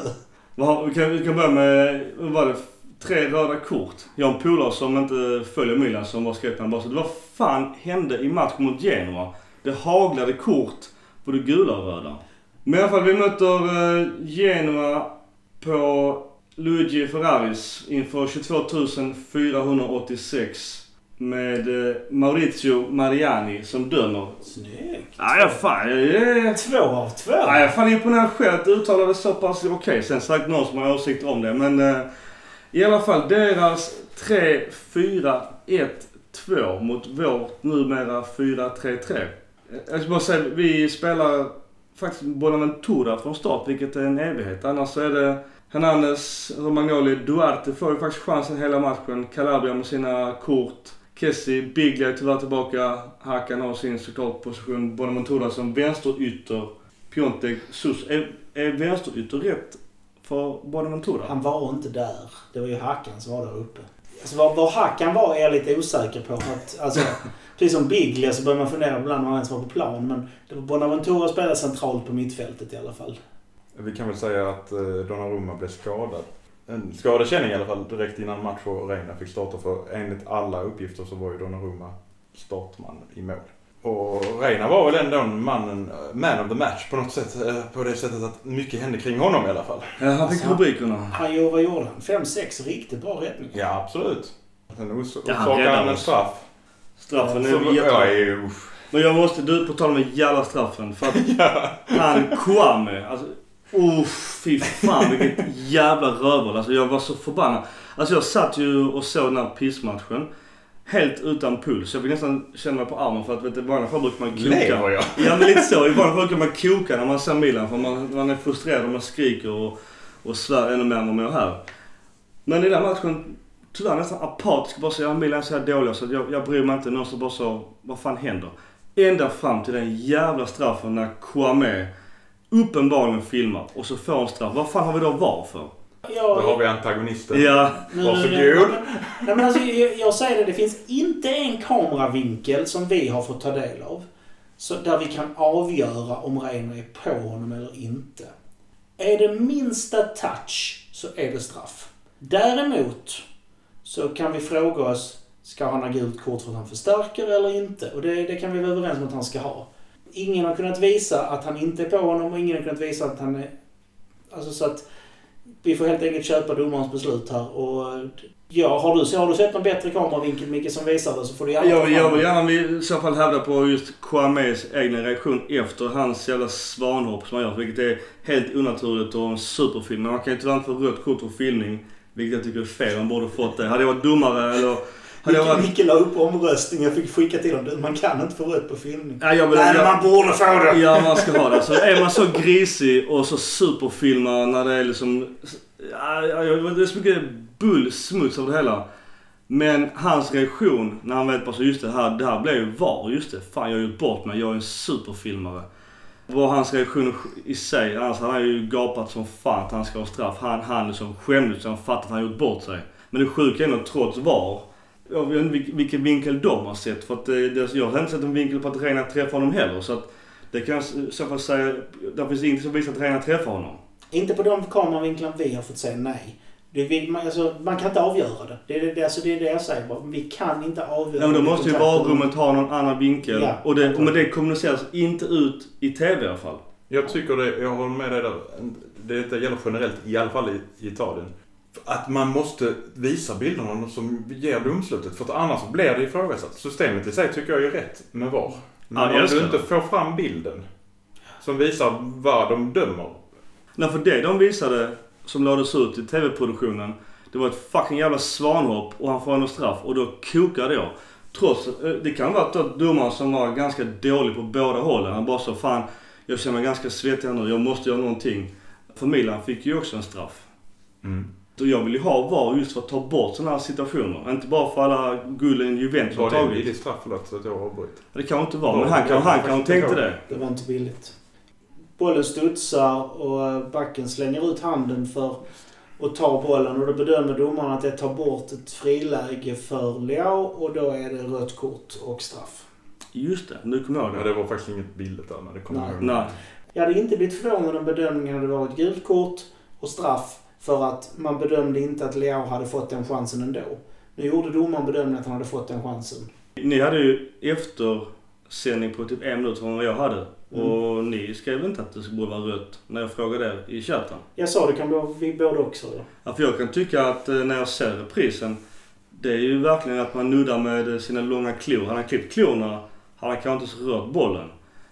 Vi kan, vi kan börja med, vad var det, tre röda kort. Jag har en polare som inte följer Milan som var skräckande bara så. Det var fan hände i matchen mot Genoa. Det haglade kort på det gula och röda. Men i alla fall, vi möter Genoa på Luigi Ferraris inför tjugotvå tusen fyrahundraåttiosex. Med Maurizio Mariani som dömer. Snyggt. Ja, jag fan. Jag är... Två av två. Ja, jag fan imponerad själv att uttala det så pass okej. Okay. Sen sagt någon som har åsikter om det. Men eh, i alla fall deras tre fyra ett två mot vårt numera fyra tre tre. Jag ska bara säga, vi spelar faktiskt Bonaventura från start, vilket är en evighet. Annars så är det Hernandez, Romagnoli, Duarte får ju faktiskt chansen hela matchen. Calabria med sina kort. Kessie, Biglia är tyvärr tillbaka. Hakan har sin såklart position. Bonaventura som vänsterytter. Piontek, Sus. Är, är vänsterytter rätt för Bonaventura? Han var inte där. Det var ju Hakan som var där uppe. Alltså var, var Hakan var är jag lite osäker på. Att, alltså, precis som Biglia så börjar man fundera ibland när man ens var på plan. Men det var Bonaventura spelade centralt på mittfältet i alla fall. Vi kan väl säga att eh, Donnarumma blev skadad. En skadekänning i alla fall direkt innan match och Reina fick starta, för enligt alla uppgifter så var ju Donnarumma startman i mål. Och Reina var väl ändå mannen, man of the match på något sätt, på det sättet att mycket hände kring honom i alla fall. Ja, han fick rubrikerna. Han gjorde, vad gjorde han? fem sex riktigt bra räddning. Ja, absolut. Sen orsakade han en straff. Straffen är jättebra. Men jag måste, du på tal med jävla straffen, för att ja. Han Kwame, alltså uff, fy fan vilket jävla rövhål. Alltså jag var så förbannad. Alltså jag satt ju och såg den här pissmatchen helt utan puls. Jag fick nästan känna mig på armen för att vet du, i vanliga fall brukar man koka. Lever jag? Ja, men lite så. I vanliga fall brukar man koka när man ser Milan, för man, man är frustrerad och man skriker och, och svär ännu mer än vad man gör här. Men i den matchen tyvärr nästan apatisk, bara så jag Milan är så här dåliga så jag, jag bryr mig inte. Någon som bara så, vad fan händer? Ända fram till den jävla straffen när Kwame uppenbarligen filmar och så får en straff. Vad fan har vi då var för? Ja, då har vi antagonisten. Ja. Varsågod. Nej, men alltså, jag, jag säger det, det finns inte en kameravinkel som vi har fått ta del av så där vi kan avgöra om Reina är på honom eller inte. Är det minsta touch så är det straff. Däremot så kan vi fråga oss, ska han ha gult kort för att han förstärker eller inte? Och det, det kan vi vara överens om att han ska ha. Ingen har kunnat visa att han inte är på honom och ingen har kunnat visa att han är... Alltså så att vi får helt enkelt köpa domarens beslut här. Och ja, har du, har du sett någon bättre kameravinkel, Micke, som visar det, så får du gärna... Jag, jag vill gärna i så fall hävda på just Kouamés egna reaktion efter hans jävla svanhopp som han gör, vilket är helt onaturligt och en superfilm. Men man kan ju tyvärr inte få rött kort och filmning, vilket jag tycker är fel. Man borde fått det. Hade jag varit domare eller... Micke, varit... Micke la upp omröstning. Jag fick skicka till dem. Man kan inte få rött på filmning. Ja, jag vill, Nej, jag, man borde få det. Ja, man ska ha det. Så är man så grisig och så superfilmar när det är liksom... Ja, det är så mycket bullsmuts av det hela. Men hans reaktion när han vet bara så just det här, det här blev ju var. Just det, fan jag har gjort bort mig. Jag är en superfilmare. Var hans reaktion i sig, annars hade han ju gapat som fan att han ska ha straff. Han, han liksom skämdes så han fattat att han gjort bort sig. Men det sjuka är nog trots var. Jag vet inte vilken vinkel de har sett. För att det, jag har inte sett en vinkel på att Reina träffar honom heller. Så att det kan jag så fall säga, det finns inget som visar att Reina träffar honom. Inte på de kameravinklarna vi har fått säga nej. Det, man, alltså, man kan inte avgöra det. Det är det, alltså, det, är det jag säger bara. Vi kan inte avgöra det. Nej, men då måste ju varummet ha någon annan vinkel. Ja, och det, men det kommuniceras inte ut i tv i alla fall. Jag tycker det, jag håller med dig där. Det gäller generellt, i alla fall i, i Italien. Att man måste visa bilderna som ger domslutet. För att annars blir det ifrågasatt. Systemet i sig tycker jag är rätt med var. Men ja, om du inte får fram bilden som visar vad de dömer. Nej, för det de visade som lades ut i tv-produktionen, det var ett fucking jävla svanhopp och han får en straff. Och då kokade jag. Trots, det kan vara att domaren som var ganska dålig på båda hållen. Han bara så, fan, jag känner mig ganska svettig här nu. Jag måste göra någonting. För Milan fick ju också en straff. Mm. Så jag vill ju ha var just för att ta bort sådana här situationer. Inte bara för alla gullen Juventus har tagit. Var det billigt straff för att jag avbryter? Det kan inte vara, men han kan, han kan tänkte det. Det var inte billigt. Bollen studsar och backen slänger ut handen för att ta bollen. Och då bedömer domaren att det tar bort ett friläge för Leao. Och då är det rött kort och straff. Just det, nu kommer jag ihåg det. Men det var faktiskt inget billigt där när det kom. Nej. Nej. Jag hade inte blivit förvånad om bedömningen hade varit gult kort och straff. För att man bedömde inte att Leao hade fått den chansen ändå. Nu gjorde domaren bedömningen att han hade fått den chansen. Ni hade ju eftersändning på typ en minut från vad jag hade. Mm. Och ni skrev inte att det borde vara rött när jag frågade er i chatten. Jag sa det kan bli vi båda också. Ja. Ja, för jag kan tycka att när jag ser reprisen, det är ju verkligen att man nuddar med sina långa klor. Han har klippt klorna, han har kanske inte så rört bollen.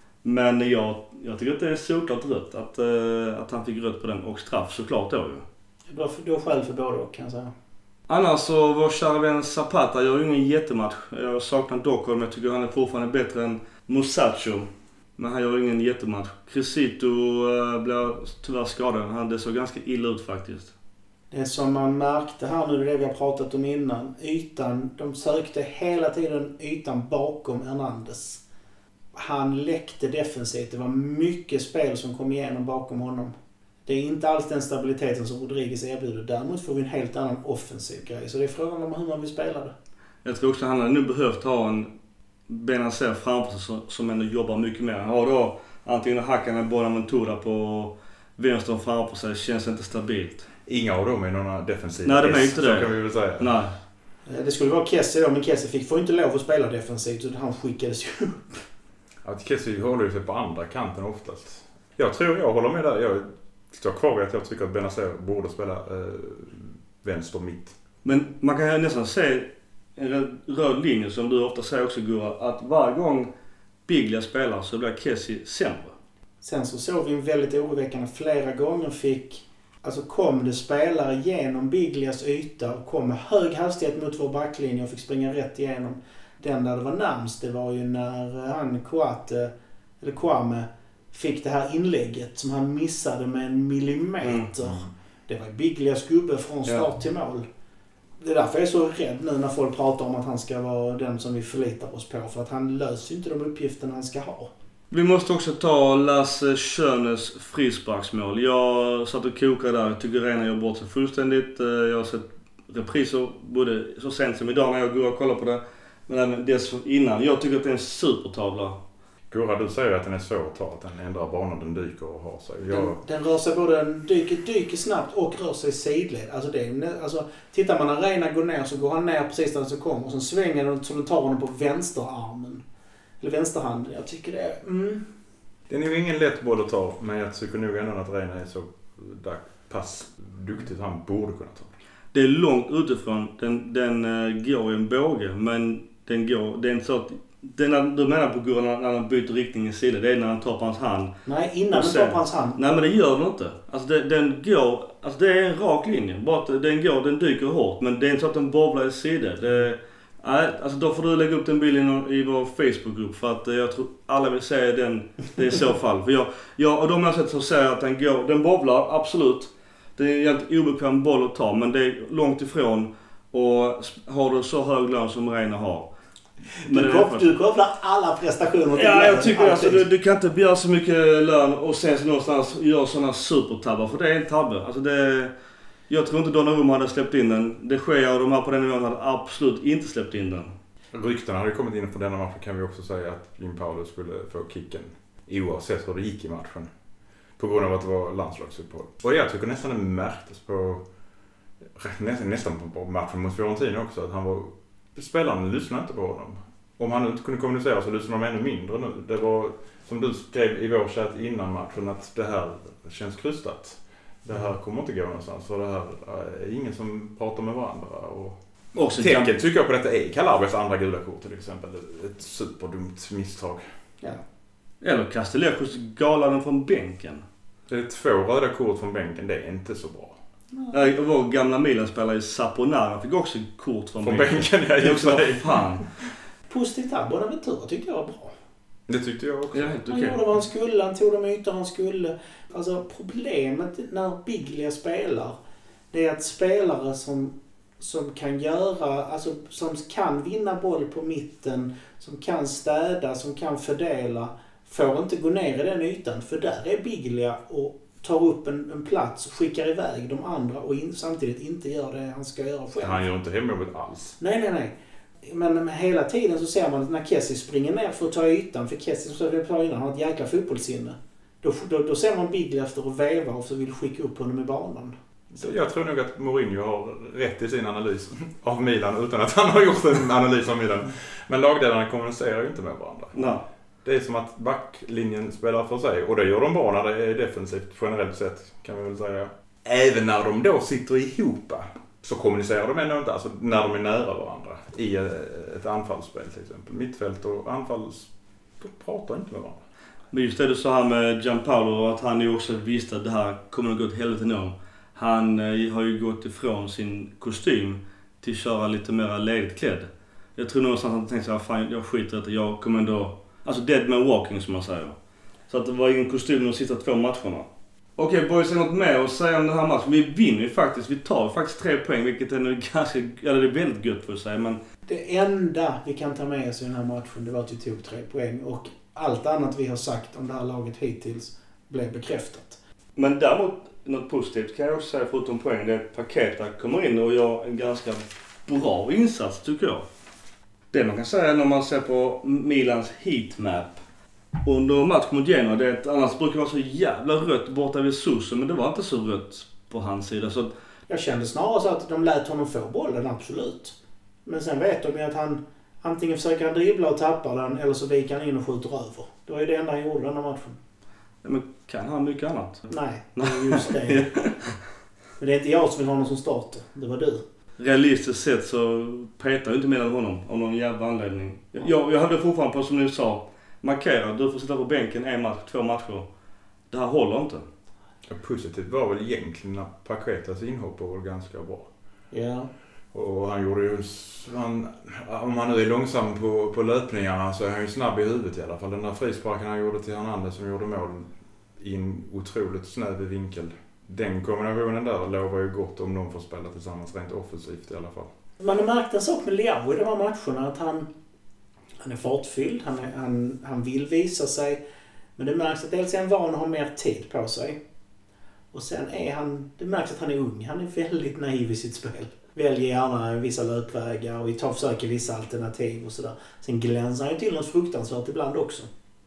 Men jag, jag tycker att det är såklart rött att, att han fick rött på den och straff såklart då ju. Då, då själv för båda kan jag säga. Annars så var kära vän Zapata gör ju ingen jättematch. Jag saknar Dockholm, men jag tycker han är fortfarande bättre än Musacho. Men han gör ingen jättematch. Crescito uh, blev tyvärr skadad. Han det såg ganska illa ut faktiskt. Det som man märkte här nu, det vi har pratat om innan. Ytan, de sökte hela tiden ytan bakom Hernandez. Han läckte defensivt. Det var mycket spel som kom igenom bakom honom. Det är inte alls den stabiliteten som Rodriguez erbjuder. Däremot får vi en helt annan offensiv grej. Så det är frågan om hur man vill spela det. Jag tror också att han hade nu behövt ha en Benacer framför sig som ändå jobbar mycket mer. Han har då antingen Hakan eller Bonaventura på vänster framför sig. Känns inte stabilt. Inga av dem är några defensiva. Nej, det är inte det. Så kan vi väl säga. Nej. Det skulle vara Kessie då, men Kessie fick får inte lov att spela defensivt. Så han skickades ju upp. Ja, Kessie håller ju sig på andra kanten oftast. Jag tror jag håller med där. Jag står kvar vid att jag tycker att Benacer borde spela eh, vänster mitt. Men man kan ju nästan se en röd linje som du ofta säger också, Gura, att varje gång Biglia spelar så blir Kessie sämre. Sen så såg vi en väldigt oroväckande flera gånger fick, alltså kom det spelare genom Biglias yta och kom med hög hastighet mot vår backlinje och fick springa rätt igenom. Den där det var närmst, det var ju när han Kouate, eller Kouame, fick det här inlägget som han missade med en millimeter. Mm. Det var Biglias gubbe från start ja. till mål. Det är därför jag är så rädd nu när folk pratar om att han ska vara den som vi förlitar oss på. För att han löser inte de uppgifterna han ska ha. Vi måste också ta Lasse Schönes frisparksmål. Jag satt och kokade där. Jag tycker Reina gör bort sig fullständigt. Jag har sett repriser både så sent som idag när jag går och kollar på det. Men även dess innan. Jag tycker att det är en supertavla. Gurra, du säger att den är svår att ta, att den ändrar banan, den dyker och har sig. Jag... Den, den rör sig både, den dyker, dyker snabbt och rör sig sidled. Alltså det, alltså, tittar man när Reina går ner så går han ner precis där den så kommer och så svänger den så den tar honom på vänsterarmen. Eller vänsterhanden. Jag tycker det är... Mm. Det är nog ingen lätt boll att ta, men jag tycker nog ändå att Reina är så där, pass duktigt han borde kunna ta. Det är långt utifrån. Den, den uh, går i en båge, men den går... Det är en sort... Den, du menar på Gurra när, när han byter riktning i sidan, det är när han tar på hans hand. Nej, innan han tar på hans hand. Nej, men det gör den inte. Alltså det, den går... Alltså det är en rak linje. Bara att den går, den dyker hårt, men det är inte så att den bobblar i sidan. Det... Nej, alltså då får du lägga upp den bilden i vår Facebookgrupp för att jag tror alla vill säga den, det är i så fall. För jag, jag, och de har sett så säger att den går, den bobblar, absolut. Det är en helt obekväm boll att ta, men det är långt ifrån och har du så hög lön som Reina har. Men du, kopplar, du kopplar alla prestationer till ja, jag tycker alltså, du, du kan inte begära så mycket lön och sen så någonstans gör sådana supertabbar, för det är en tabbe. Alltså det, jag tror inte Donnarumma hade släppt in den. Det sker och de här på den nivån hade absolut inte släppt in den. Ryktena hade kommit in för denna matchen, kan vi också säga att Gianpaolo skulle få kicken oavsett hur det gick i matchen. På grund av att det var landslagsuppehåll. Och jag tycker nästan det märktes på nästan, nästan på matchen mot Fiorentina också att han var... Spelarna lyssnade inte på honom. Om han inte kunde kommunicera så lyssnade de ännu mindre nu. Det var som du skrev i vår chatt innan matchen att det här känns krystat. Det här kommer inte gå någonstans för det här är ingen som pratar med varandra. Och också tecken kan... tycker jag på detta är Calabres andra gula kort till exempel. Ett superdumt misstag. Ja. Eller Castellejos galanden från bänken. Det är två röda kort från bänken, det är inte så bra. Nej, vår gamla Milan-spelare i Saponara fick också kort från, från bänken. bänken. Ja, just det. Fan. Positivt här, Bonaventura tyckte jag var bra. Det tyckte jag också. Ja, helt han okay. gjorde vad han skulle, han tog de ytor han skulle. Alltså problemet när Biglia spelar, det är att spelare som, som kan göra, alltså som kan vinna boll på mitten, som kan städa, som kan fördela, får inte gå ner i den ytan. För där är Biglia och tar upp en, en plats och skickar iväg de andra och in, samtidigt inte gör det han ska göra själv. Han gör inte hemjobbet alls. Nej, nej, nej. Men hela tiden så ser man att när Kessie springer ner för att ta ytan, för Kessie som vi pratade innan har ett jäkla fotbollssinne. Då, då, då ser man Biglia efter att veva och så vill skicka upp honom i banan. Så jag tror nog att Mourinho har rätt i sin analys av Milan utan att han har gjort en analys av Milan. Men lagdelarna kommunicerar ju inte med varandra. Nej. Det är som att backlinjen spelar för sig. Och det gör de bra när det är defensivt generellt sett, kan vi väl säga. Även när de då sitter ihop så kommunicerar de ändå inte. Alltså när de är nära varandra. I ett anfallsspel till exempel. Mittfält och anfalls pratar inte med varandra. Men just det du sa här med Gianpaolo, att han ju också visste att det här kommer att gå till helvete nu. Han eh, har ju gått ifrån sin kostym till att köra lite mer ledigt klädd. Jag tror någonstans att han tänkte så här, fan jag skiter att jag kommer ändå... Alltså dead man walking som man säger. Så att det var ingen kostym de sista två matcherna. Okej, okay, boys, är något mer att säga om den här matchen? Vi vinner ju faktiskt, vi tar faktiskt tre poäng, vilket är ganska, eller det är väldigt gött för att säga, men... Det enda vi kan ta med oss i den här matchen, det var att vi tog tre poäng och allt annat vi har sagt om det här laget hittills blev bekräftat. Men däremot, något positivt kan jag också säga förutom poäng, det är att Paqueta kommer in och gör en ganska bra insats tycker jag. Det man kan säga när man ser på Milans heatmap under match mot Genoa, det är att annars brukar det vara så jävla rött borta vid Suso, men det var inte så rött på hans sida. Så att... Jag kände snarare så att de lät honom få bollen, absolut. Men sen vet de ju att han antingen försöker han dribbla och tappa den eller så viker han in och skjuter över. Det var ju det enda han gjorde den här matchen. Ja, men kan han mycket annat? Nej, det är just det. Men det är inte jag som vill ha någon som startar, det var du. Realistiskt sett så petar jag inte med honom av någon jävla anledning. Jag, jag hade fortfarande på som ni sa, markera, du får sitta på bänken en match, två matcher. Det här håller inte. Ja, positivt var väl egentligen att Paquetas inhopp var ganska bra. Ja. Och han gjorde ju, han, om han nu är långsam på, på löpningarna så är han ju snabb i huvudet i alla fall. Den där frisparken han gjorde till Hernandez som gjorde mål i en otroligt snäv vinkel. Den kombinationen där lovar ju gott om de får spela tillsammans rent offensivt i alla fall. Man har märkt en sak med Leao i de här matcherna att han, han är fartfylld, han, är, han, han vill visa sig. Men det märks att dels är han van att ha mer tid på sig. Och sen är han, det märks att han är ung, han är väldigt naiv i sitt spel. Väljer gärna vissa löpvägar och tar försöker vissa alternativ och sådär. Sen glänsar han ju till något fruktansvärt ibland också.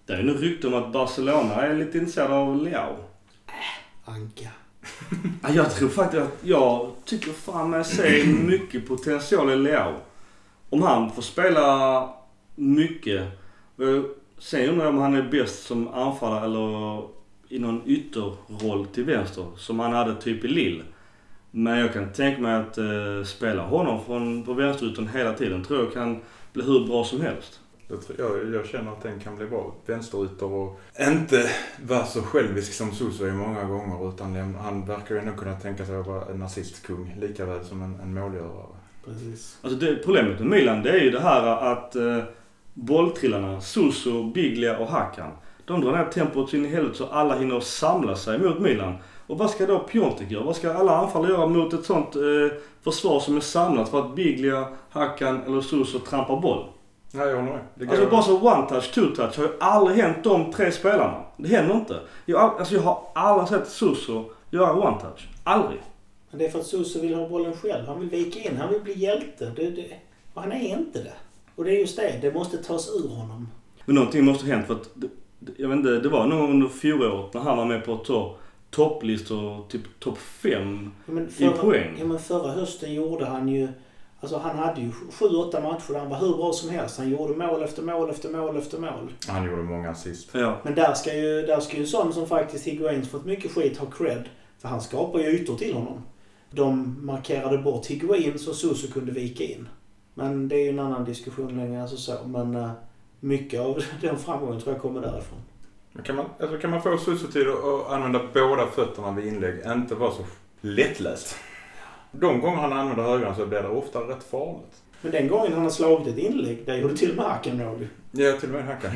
Det är ju nog rykte om att Barcelona är lite intresserad av Leao. Äh, Anka. Ja, jag tror faktiskt att jag tycker fan jag ser mycket potential i Leao. Om han får spela mycket. Sen undrar jag om han är bäst som anfallare eller i någon ytterroll till vänster. Som han hade typ i Lille. Men jag kan tänka mig att uh, spela honom från, på vänsterytan hela tiden. Tror jag kan bli hur bra som helst. Jag, jag känner att den kan bli bra vänsterytor och inte vara så självisk som Suso är många gånger. Utan han verkar ju ändå kunna tänka sig att vara en nazistkung lika väl som en, en målgörare. Precis. Alltså det, problemet med Milan det är ju det här att uh, bolltrillarna, Suso, Biglia och Hakan. De drar ner tempot in i helvete så alla hinner samla sig mot Milan. Och vad ska då Piontek göra? Vad ska alla anfall göra mot ett sånt eh, försvar som är samlat för att Biglia, Hakan eller Suso trampar boll? Nej, jag håller med. Det alltså bara så one touch, two touch har ju aldrig hänt de tre spelarna. Det händer inte. Jag, alltså jag har aldrig sett Suso göra one touch. Aldrig. Men det är för att Suso vill ha bollen själv. Han vill vika in. Han vill bli hjälte. Det, det, och han är inte det. Och det är just det. Det måste tas ur honom. Men någonting måste ha hänt för att det, jag vet inte, det var nog under fjolåret när han var med på att ta topplistor, typ topp fem ja, förra, i poäng. Ja, men förra hösten gjorde han ju, alltså han hade ju sju åtta matcher där han var hur bra som helst. Han gjorde mål efter mål efter mål efter mål. Han gjorde många assist. Ja. Men där ska ju, där ska ju sån som faktiskt Higuain fått mycket skit ha cred. För han skapar ju ytor till honom. De markerade bort Higuain så Suso kunde vika in. Men det är ju en annan diskussion längre alltså så. Men uh, mycket av den framgången tror jag kommer därifrån. Kan man, alltså kan man få Suso till att använda båda fötterna vid inlägg, inte vara så lättläst. De gånger han använder högern så blir det ofta rätt farligt. Men den gången han har slagit ett inlägg, där gjorde till och med Hakan något. Ja, till och med Hakan.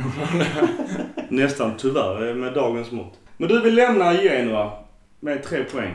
Nästan tyvärr med dagens mått. Men du vill lämna Genoa med tre poäng.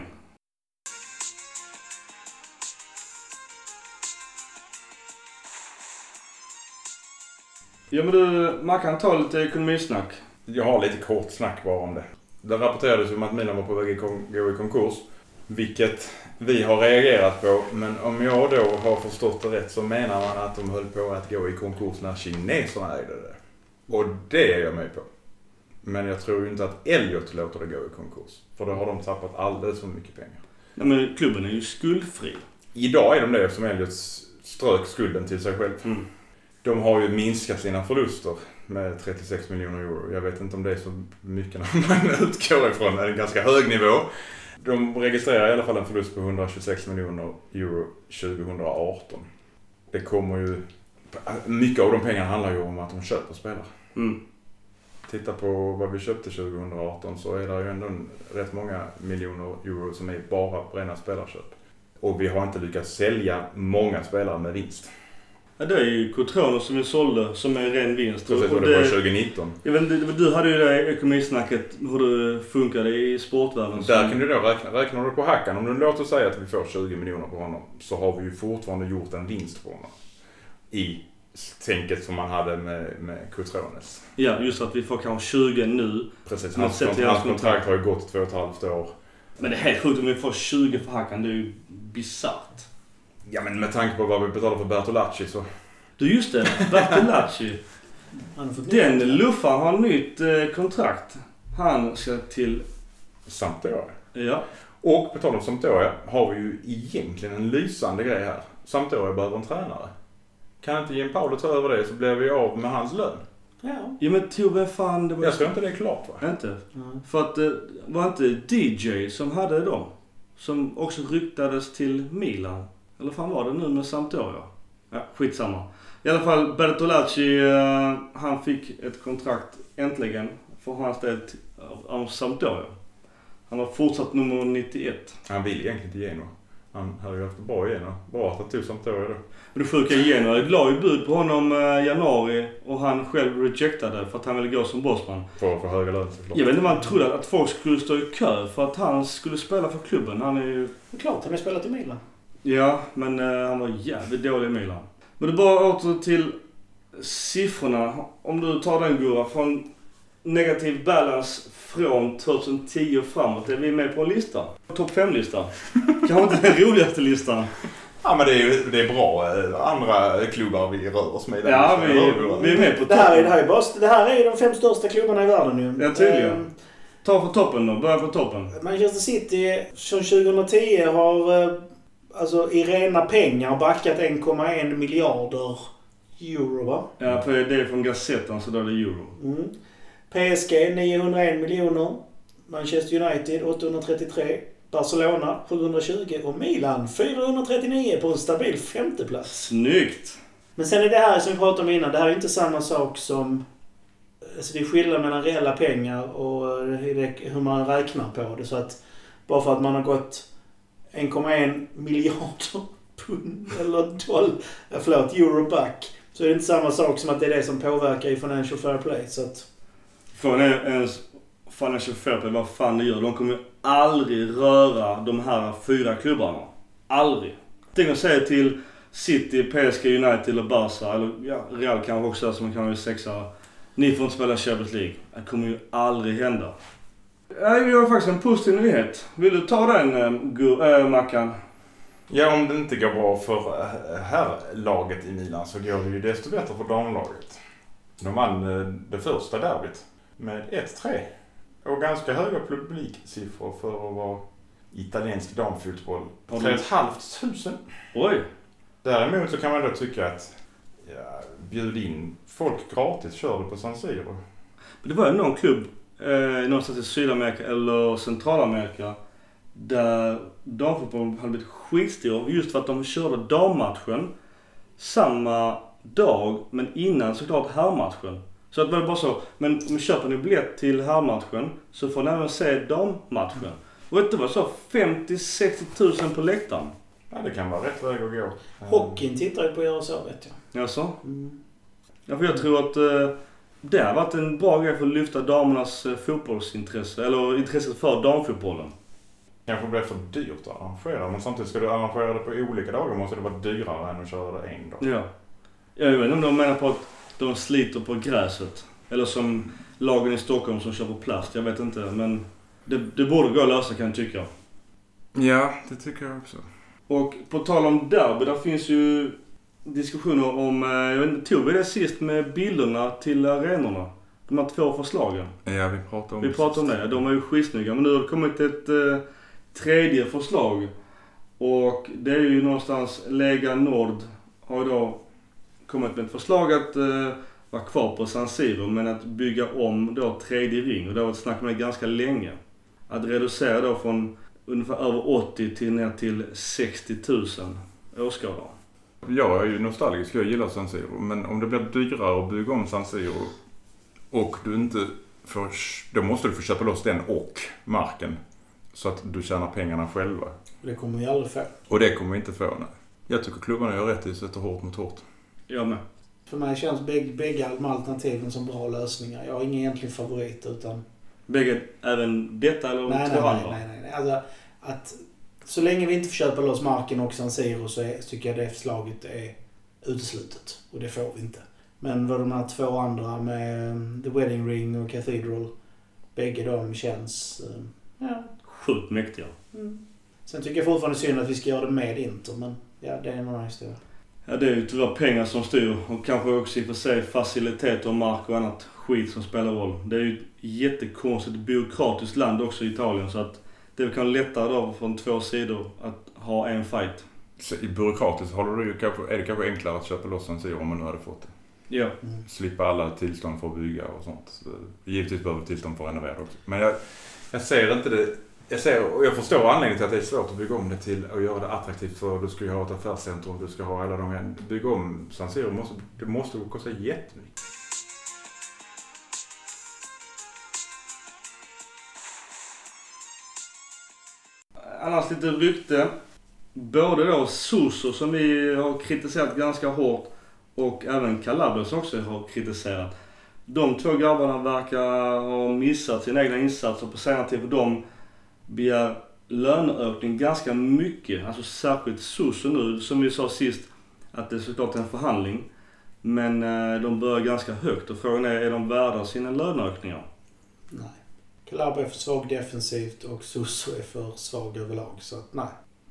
Ja men du, man kan ta lite ekonomisnack. Jag har lite kort snack bara om det. Det rapporterades om att Milan var på väg att gå i konkurs. Vilket vi har reagerat på. Men om jag då har förstått det rätt så menar man att de höll på att gå i konkurs när kineserna ägde det. Och det är jag med på. Men jag tror ju inte att Elliot låter det gå i konkurs. För då har de tappat alldeles för mycket pengar. Nej men klubben är ju skuldfri. Idag är de det eftersom Elliot strök skulden till sig själv. Mm. De har ju minskat sina förluster med trettiosex miljoner euro. Jag vet inte om det är så mycket när man utgår ifrån en ganska hög nivå. De registrerar i alla fall en förlust på hundratjugosex miljoner euro tjugohundraarton. Det kommer ju... Mycket av de pengarna handlar ju om att de köper spelare. Mm. Titta på vad vi köpte tjugohundraarton så är det ju ändå rätt många miljoner euro som är bara rena spelarköp. Och vi har inte lyckats sälja många spelare med vinst. Ja, det är ju Cotrone som vi sålde som är ren vinst. Precis, och det, det var tjugonitton. Jag vet inte, du hade ju det ekonomisnacket hur det funkade i sportvärlden. Där som... kan du då räkna. Räknar du på Hakan, om du låter säga att vi får tjugo miljoner på honom så har vi ju fortfarande gjort en vinst på honom. I tänket som man hade med, med Cotrones. Ja, just att vi får kanske tjugo nu. Precis, hans, hans, hans kontrakt har ju gått två och ett halvt år. Men det är helt sjukt om vi får tjugo för Hakan, det är ju bizarrt. Ja, men med tanke på vad vi betalar för Bertolacci så... Du just det, Bertolacci. Den luffan har nytt eh, kontrakt. Han ska till... Sampdoria. Ja. Och på tal om Sampdoria har vi ju egentligen en lysande grej här. Sampdoria behöver en tränare. Kan inte Jim Paolo ta över det så blir vi av med hans lön. Ja. Ja men Tove fan det var... Jag tror inte det är klart va? Inte. Mm. För att det var inte D J som hade dem. Som också ryktades till Milan. Eller fan var det nu med Sampdoria? Ja, skitsamma. I alla fall Bertolacci, uh, han fick ett kontrakt äntligen för hans del av Sampdoria. Han har fortsatt nummer nittioett. Han vill egentligen till Genoa. Han hade ju haft bra Genoa. Bra att han tog Sampdoria då. Men det sjuka i Genoa, jag la ju bud på honom i uh, januari och han själv rejectade för att han ville gå som bossman. För att få höga lön såklart. Jag vet inte om han trodde att folk skulle stå i kö för att han skulle spela för klubben. Han är ju... Det är klart, han har spelat i Milan. Ja, men uh, han var jävligt dålig i Milan. Men det bara åter till siffrorna. Om du tar den Gurra, från negativ balance från tjugohundratio framåt är vi med på en lista. Topp fem-lista. Kanske inte den roligaste listan. Ja, men det är, det är bra andra klubbar vi rör oss med. Ja, vi, vi är med på det här, är, det, här är bara, det här är de fem största klubbarna i världen nu. Ja, tydligen. Um, Ta för toppen då, börja på toppen. Manchester City som tjugohundratio har alltså i rena pengar backat en komma en miljarder euro, va? Ja, för det är från Gazetten så då är det euro. Mm. P S G niohundraen miljoner. Manchester United åttahundratrettiotre. Barcelona sjuhundratjugo och Milan fyrahundratrettionio på en stabil femteplats. Snyggt! Men sen är det här som vi pratade om innan, det här är inte samma sak som... Alltså det är skillnad mellan reella pengar och hur man räknar på det. Så att bara för att man har gått en komma en miljarder pund eller dollar, förlåt, euro back, så är det inte samma sak som att det är det som påverkar i Financial Fair Play. Så att... Från ens Financial Fair Play, vad fan det gör. De kommer aldrig röra de här fyra klubbarna. Aldrig. Tänk att säga till City, P S G, United och Barca, eller ja, Real kanske också som kan vara sexa. Ni får inte spela Champions League. Det kommer ju aldrig hända. Jag har faktiskt en positiv nyhet. Vill du ta den, äh, Mackan? Ja, om det inte går bra för här laget i Milan så går det ju desto bättre för damlaget. De vann det första derbyt med ett tre. Och ganska höga publiksiffror för att vara italiensk damfotboll. tre och ett halvt tusen. Oj! Däremot så kan man då tycka att ja, bjud in folk gratis, kör det på San Siro. Det var ju någon klubb eh, någonstans i Sydamerika eller Centralamerika där damfotbollen hade blivit skitstor just för att de körde dammatchen samma dag men innan såklart herrmatchen. Så att det var bara så, men om köper ni biljett till herrmatchen så får ni även se dammatchen. Och vet du vad så? femtio till sextio tusen på läktaren. Ja, det kan vara rätt väg att gå. Hockeyn tittar ju på att göra så, vet jag. Jaså? Mm. Ja, för jag tror att eh, det har varit en bra grej för att lyfta damernas eh, fotbollsintresse, eller intresset för damfotbollen. Kanske blir för dyrt att arrangera, men samtidigt ska du arrangera det på olika dagar måste det vara dyrare än att köra det en dag. Ja. Jag vet inte om de menar på att de sliter på gräset. Eller som lagen i Stockholm som kör på plast. Jag vet inte, men det, det borde gå att lösa kan jag tycka. Ja, det tycker jag också. Och på tal om derby, där finns ju diskussioner om, jag vet inte, tog vi det sist med bilderna till arenorna? De här två förslagen. Ja, vi pratade om Vi pratade om det. De var ju skitsnygga. Men nu har det kommit ett eh, tredje förslag. Och det är ju någonstans Lega Nord har ju då kommit med ett förslag att eh, vara kvar på San Siro men att bygga om då tredje ring. Och det har varit snack med det ganska länge. Att reducera då från ungefär över åttio till ner till sextio tusen åskådare. Jag är ju nostalgisk, jag gillar San Siro. Men om det blir dyrare att bygga om San Siro och du inte får, då måste du få köpa loss den och marken. Så att du tjänar pengarna själva. Det kommer vi aldrig få. Och det kommer vi inte få, nej. Jag tycker klubbarna gör rätt i att sätta hårt mot hårt. Jag med. För mig känns bägge, bägge de alternativen som bra lösningar. Jag har ingen egentlig favorit utan... Bägge, även detta eller nej, två nej, andra? Nej, nej, nej. Alltså, att så länge vi inte får köpa loss marken och San Siro så är, tycker jag det förslaget är uteslutet. Och det får vi inte. Men vad de här två andra med The Wedding Ring och Cathedral, bägge de känns... Ja. Sjukt mäktiga. Mm. Sen tycker jag fortfarande synd att vi ska göra det med Inter, men ja, det är en annan historia. Ja, det är ju tyvärr pengar som styr och kanske också i och för sig faciliteter och mark och annat skit som spelar roll. Det är ju ett jättekonstigt byråkratiskt land också i Italien så att det kan vara lättare då från två sidor att ha en fight. Så i byråkratiskt håller du ju kanske, är det kanske enklare att köpa loss San Siro om man nu hade fått det. Ja. Mm. Slippa alla tillstånd för att bygga och sånt. Så, givetvis behöver tillstånd för att renovera också. Men jag, jag ser inte det. Jag ser, och jag förstår anledningen till att det är svårt att bygga om det till att göra det attraktivt för du ska ju ha ett affärscentrum, du ska ha alla de här. Bygga om San Siro måste, det måste kosta jättemycket. Annars lite rykte. Både då Suso som vi har kritiserat ganska hårt och även Calabria som också har kritiserat. De två grabbarna verkar ha missat sina egna insatser på senare tid för de begär löneökning ganska mycket. Alltså särskilt Suso nu, som vi sa sist, att det är såklart en förhandling. Men eh, de börjar ganska högt och frågan är, är de värda sina löneökningar? Nej. Calabria är för svag defensivt och Suso är för svag överlag, så att nej.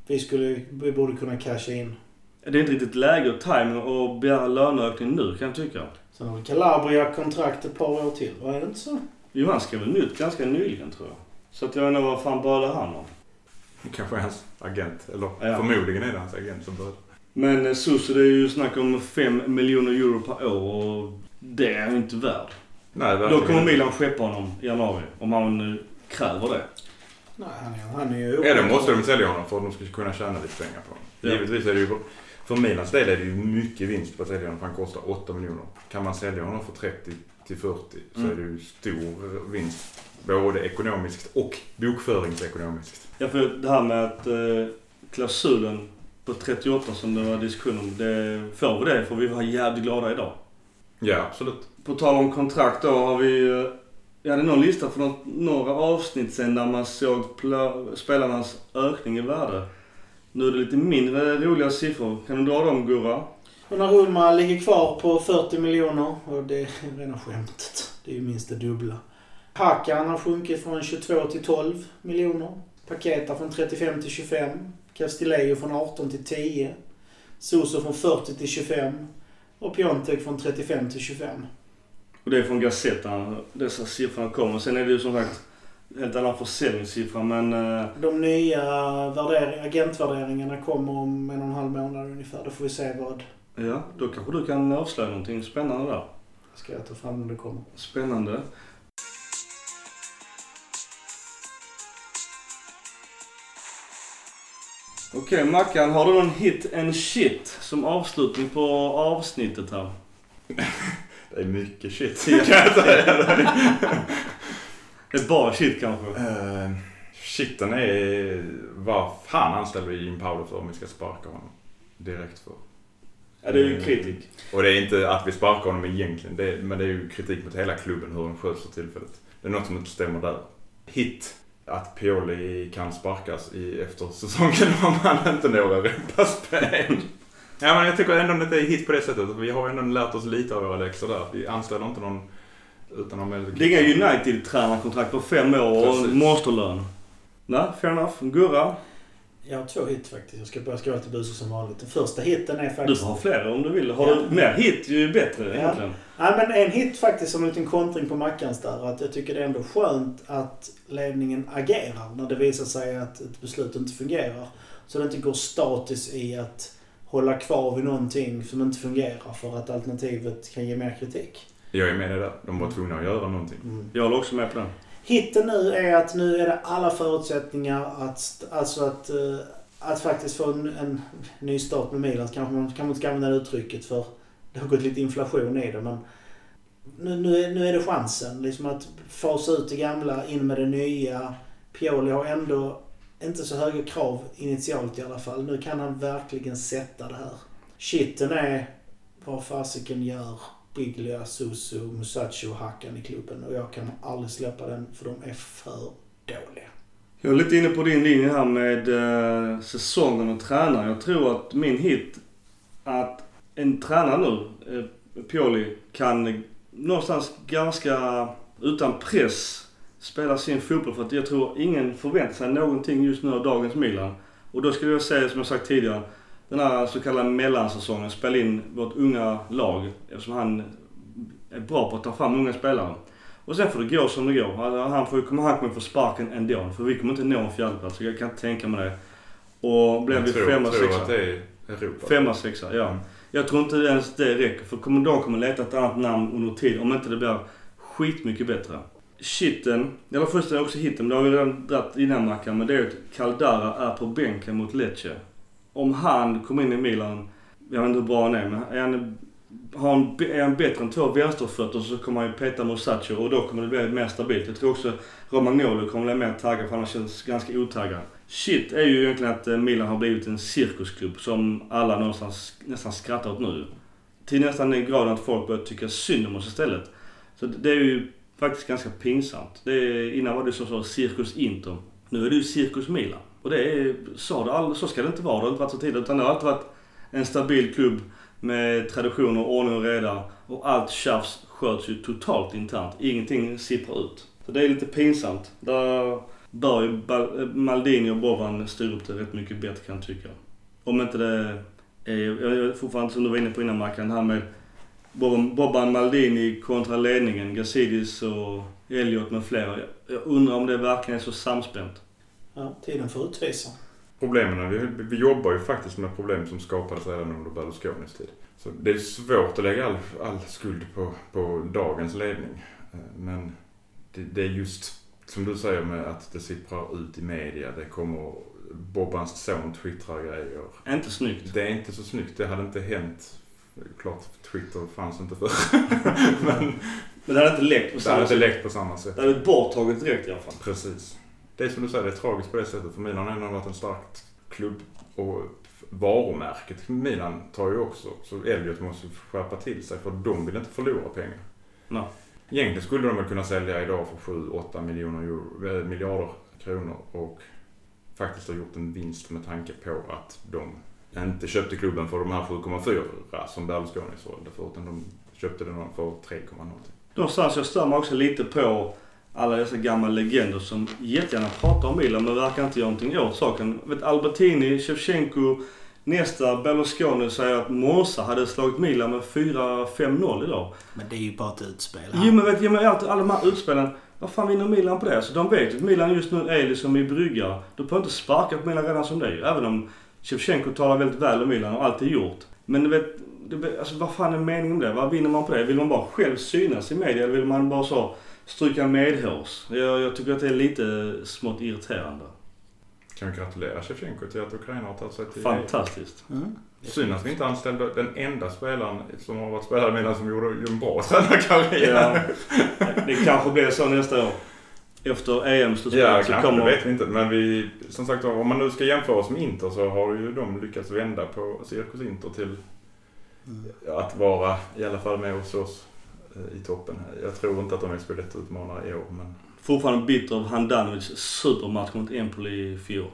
vi, skulle, vi borde kunna casha in. Det är inte riktigt läge och timing och begära löneökning nu, kan jag tycka. Sen har Calabria kontrakt ett par år till. Vad är det inte så? Jo, han skrev väl nytt ganska nyligen, tror jag. Så att jag vet inte vad fan började han om. Kanske hans agent. Eller ja. Förmodligen är det hans agent som började. Men Suso, det är ju snack om fem miljoner euro per år och det är inte värd. Nej, då kommer Milan skeppa honom i januari om han nu kräver det. Nej, han är, han är ju... Ja, då måste de sälja honom för att de ska kunna tjäna lite pengar på honom. Ja. Givetvis är det ju... För Milans del är det ju mycket vinst på att sälja honom för han kostar åtta miljoner. Kan man sälja honom för trettio till fyrtio så mm. är det ju stor vinst. Både ekonomiskt och bokföringsekonomiskt. Ja, för det här med att eh, klausulen på trettioåtta som det var diskussion om, det får vi det för vi var jävligt glada idag. Ja, absolut. På tal om kontrakt då har vi... Eh, jag hade någon lista för något, några avsnitt sen där man såg pl- spelarnas ökning i värde. Nu är det lite mindre roliga siffror. Kan du dra dem, Gurra? Donnarumma ligger kvar på fyrtio miljoner och det är rena skämtet. Det är ju minst det dubbla. Hakan har sjunkit från tjugotvå till tolv miljoner. Paketa från trettiofem till tjugofem. Castillejo från arton till tio. Suso från fyrtio till tjugofem. Och Piontek från trettiofem till tjugofem. Och det är från Gazzetta dessa siffrorna kommer. Sen är det ju som sagt helt annan försäljningssiffra, men... Uh... De nya värder- agentvärderingarna kommer om en och en halv månad ungefär. Då får vi se vad... Ja, då kanske du kan avslöja någonting spännande där. Ska jag ta fram när det kommer. Spännande. Okej, okay, Mackan, har du någon hit and shit som avslutning på avsnittet här? Det är mycket shit, kan jag säga. Det är bara shit kanske. Uh, shiten är... Vad fan anställer vi Jim Paolo för om vi ska sparka honom? Direkt för. Ja, det är ju kritik. Uh, och det är inte att vi sparkar honom egentligen. Det är, men det är ju kritik mot hela klubben, hur de sköts för tillfället. Det är något som inte stämmer där. Hit. Att Pioli kan sparkas i efter säsongen om han inte når Europaspel. Ja, men jag tycker ändå att det är hit på det sättet. Vi har ändå lärt oss lite av våra läxor där. Vi anställer inte någon utan att ha med... Det är inga United-tränarkontrakt på fem år och monsterlön. Nej, fair enough. Gurra? Jag har två hit faktiskt. Jag ska bara skriva till buset som vanligt. Den första hitten är faktiskt... Du får ha fler om du vill. Har ja. du mer hit är ju bättre ja. egentligen. Ja, men en hit faktiskt som en liten kontring på Mackans där. Att jag tycker det är ändå skönt att ledningen agerar när det visar sig att ett beslut inte fungerar. Så det inte går status i att hålla kvar vid någonting som inte fungerar för att alternativet kan ge mer kritik. Jag är med det där. De var tvungna att göra någonting. Mm. Jag håller också med på den. Hitten nu är att nu är det alla förutsättningar att, alltså att, att faktiskt få en, en ny start med Milan. Kanske man kan man inte använda det uttrycket för det har gått lite inflation i det. Men nu, nu, är, nu är det chansen liksom att fasa ut det gamla, in med det nya. Pioli har ändå inte så höga krav initialt i alla fall. Nu kan han verkligen sätta det här. Shitten är vad fasiken gör Biglia, Suso, Musashi och Hakan i klubben. Och jag kan aldrig släppa den för de är för dåliga. Jag är lite inne på din linje här med eh, säsongen och tränare. Jag tror att min hit att en tränare nu, eh, Pioli, kan någonstans ganska utan press spela sin fotboll. För att jag tror ingen förväntar sig någonting just nu av dagens Milan. Och då skulle jag säga, som jag sagt tidigare, den här så kallade mellansäsongen, spela in vårt unga lag eftersom han är bra på att ta fram unga spelare. Och sen får det gå som det går. Han får ju komma han kommer få sparken ändå, för vi kommer inte nå en fjärdeplats, så jag kan inte tänka mig det. Och blev vi femma, sexa. Att det är Europa. Femma, sexa, ja. Jag tror inte ens det räcker, för de kommer leta ett annat namn under tid om inte det blir skitmycket bättre. Shitten, eller först är det också hitten, men det har vi redan dratt innan Mackan, men det är att Caldara är på bänken mot Lecce. Om han kommer in i Milan, jag vet inte hur bra han är, men är han, har han, är han bättre än två vänsterfötter så kommer han ju peta Musashi och då kommer det bli mer stabilt. Jag tror också Romagnoli kommer bli mer taggad för han känns ganska otaggad. Shit är ju egentligen att Milan har blivit en cirkusklubb som alla någonstans nästan skrattar åt nu. Till nästan den graden att folk börjar tycka synd om oss istället. Så det är ju faktiskt ganska pinsamt. Det är, innan var det så så cirkus Inter. Nu är det ju cirkus Milan. Och det är så, det all, så ska det inte vara. Det har inte varit så tidigt. Utan det har alltid varit en stabil klubb med traditioner, ordning och reda. Och allt tjafs sköts ju totalt internt. Ingenting sipprar ut. Så det är lite pinsamt. Där bör ju Maldini och Boban styra upp det rätt mycket bättre kan jag tycka. Om inte det är, jag är fortfarande som du var inne på innan Mackan, här med Boban, Boban Maldini kontra ledningen, Gazidis och Elliot med flera. Jag undrar om det verkligen är så samspänt. Ja, tiden får utvisa. Problemen, vi, vi jobbar ju faktiskt med problem som skapades redan under Berlusconis tid. Så det är svårt att lägga all, all skuld på, på dagens ledning. Men det, det är just som du säger med att det sipprar ut i media. Det kommer Bobans son twittrar grejer. Inte snyggt. Det är inte så snyggt. Det hade inte hänt. Klart Twitter fanns inte för. men, men det hade inte läckt på samma det sätt. Det hade läckt på samma sätt. Det hade borttaget direkt i alla fall. Precis. Det är som du säger, det är tragiskt på det sättet. För Milan har ändå varit en stark klubb. Och varumärket Milan tar ju också. Så Elliot måste skärpa till sig. För de vill inte förlora pengar. Nej. Egentligen skulle de väl kunna sälja idag för sju åtta miljoner euro, äh, miljarder kronor. Och faktiskt har gjort en vinst med tanke på att de inte köpte klubben för de här sju komma fyra som Berlusconi sålde för, utan de köpte den för tre komma noll. Någonstans jag stör mig också lite på alla dessa gamla legender som jättegärna pratar om Milan men verkar inte göra någonting åt saken. Vet, Albertini, Shevchenko, nästa Berlusconi säger att Monza hade slagit Milan med fyra fem noll idag. Men det är ju bara ett utspel. Jo men vet jag, alla de här utspelen, vad fan vinner Milan på det? Så de vet att Milan just nu är liksom i brygga. Du får inte sparka på Milan redan som det är. Även om Shevchenko talar väldigt väl om Milan och alltid gjort. Men du vet, det, alltså, vad fan är meningen med det? Vad vinner man på det? Vill man bara själv synas i media eller vill man bara så stryka medhårs? Jag, jag tycker att det är lite smått irriterande. Kan vi gratulera Shevchenko till att Ukraina har tagit sig till... Fantastiskt. Mm. Synd att vi inte anställde den enda spelaren som har varit spelare med som gjorde en bra tränarkarriär. Ja, det kanske blir så nästa år. Efter E M-slutspelet ja, så kanske, kommer... det vet vi inte. Men vi, som sagt, om man nu ska jämföra oss med Inter så har ju de lyckats vända på Cirkus Inter till mm. att vara i alla fall med hos oss i toppen. Jag tror inte att de är spelutmanare i år, men... Fortfarande bitter av Handanovic supermatch mot Empoli i fjol.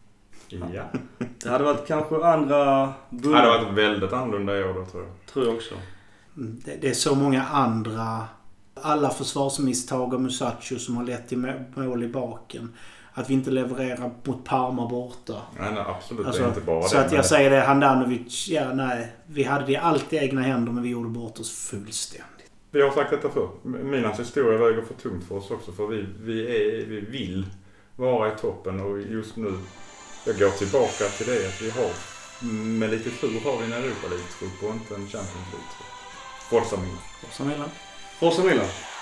Ja. Det hade varit kanske andra... Det hade varit väldigt annorlunda i år då, tror jag. Tror jag också. Det, det är så många andra... Alla försvarsmisstag av Musacho som har lett till mål i baken. Att vi inte levererar mot Parma borta. Nej, nej absolut. Alltså, det är inte bara så det. att jag säger det, Handanovic, ja nej. Vi hade det alltid i egna händer men vi gjorde bort oss fullständigt. Vi har sagt detta för. Milans historia väger för tungt för oss också. För vi, vi, är, vi vill vara i toppen och just nu, jag går tillbaka till det att vi har, med lite tur har vi en Europa League-trupp och inte en Champions League-trupp. Forza Milan. Forza Milan. Forza Milan.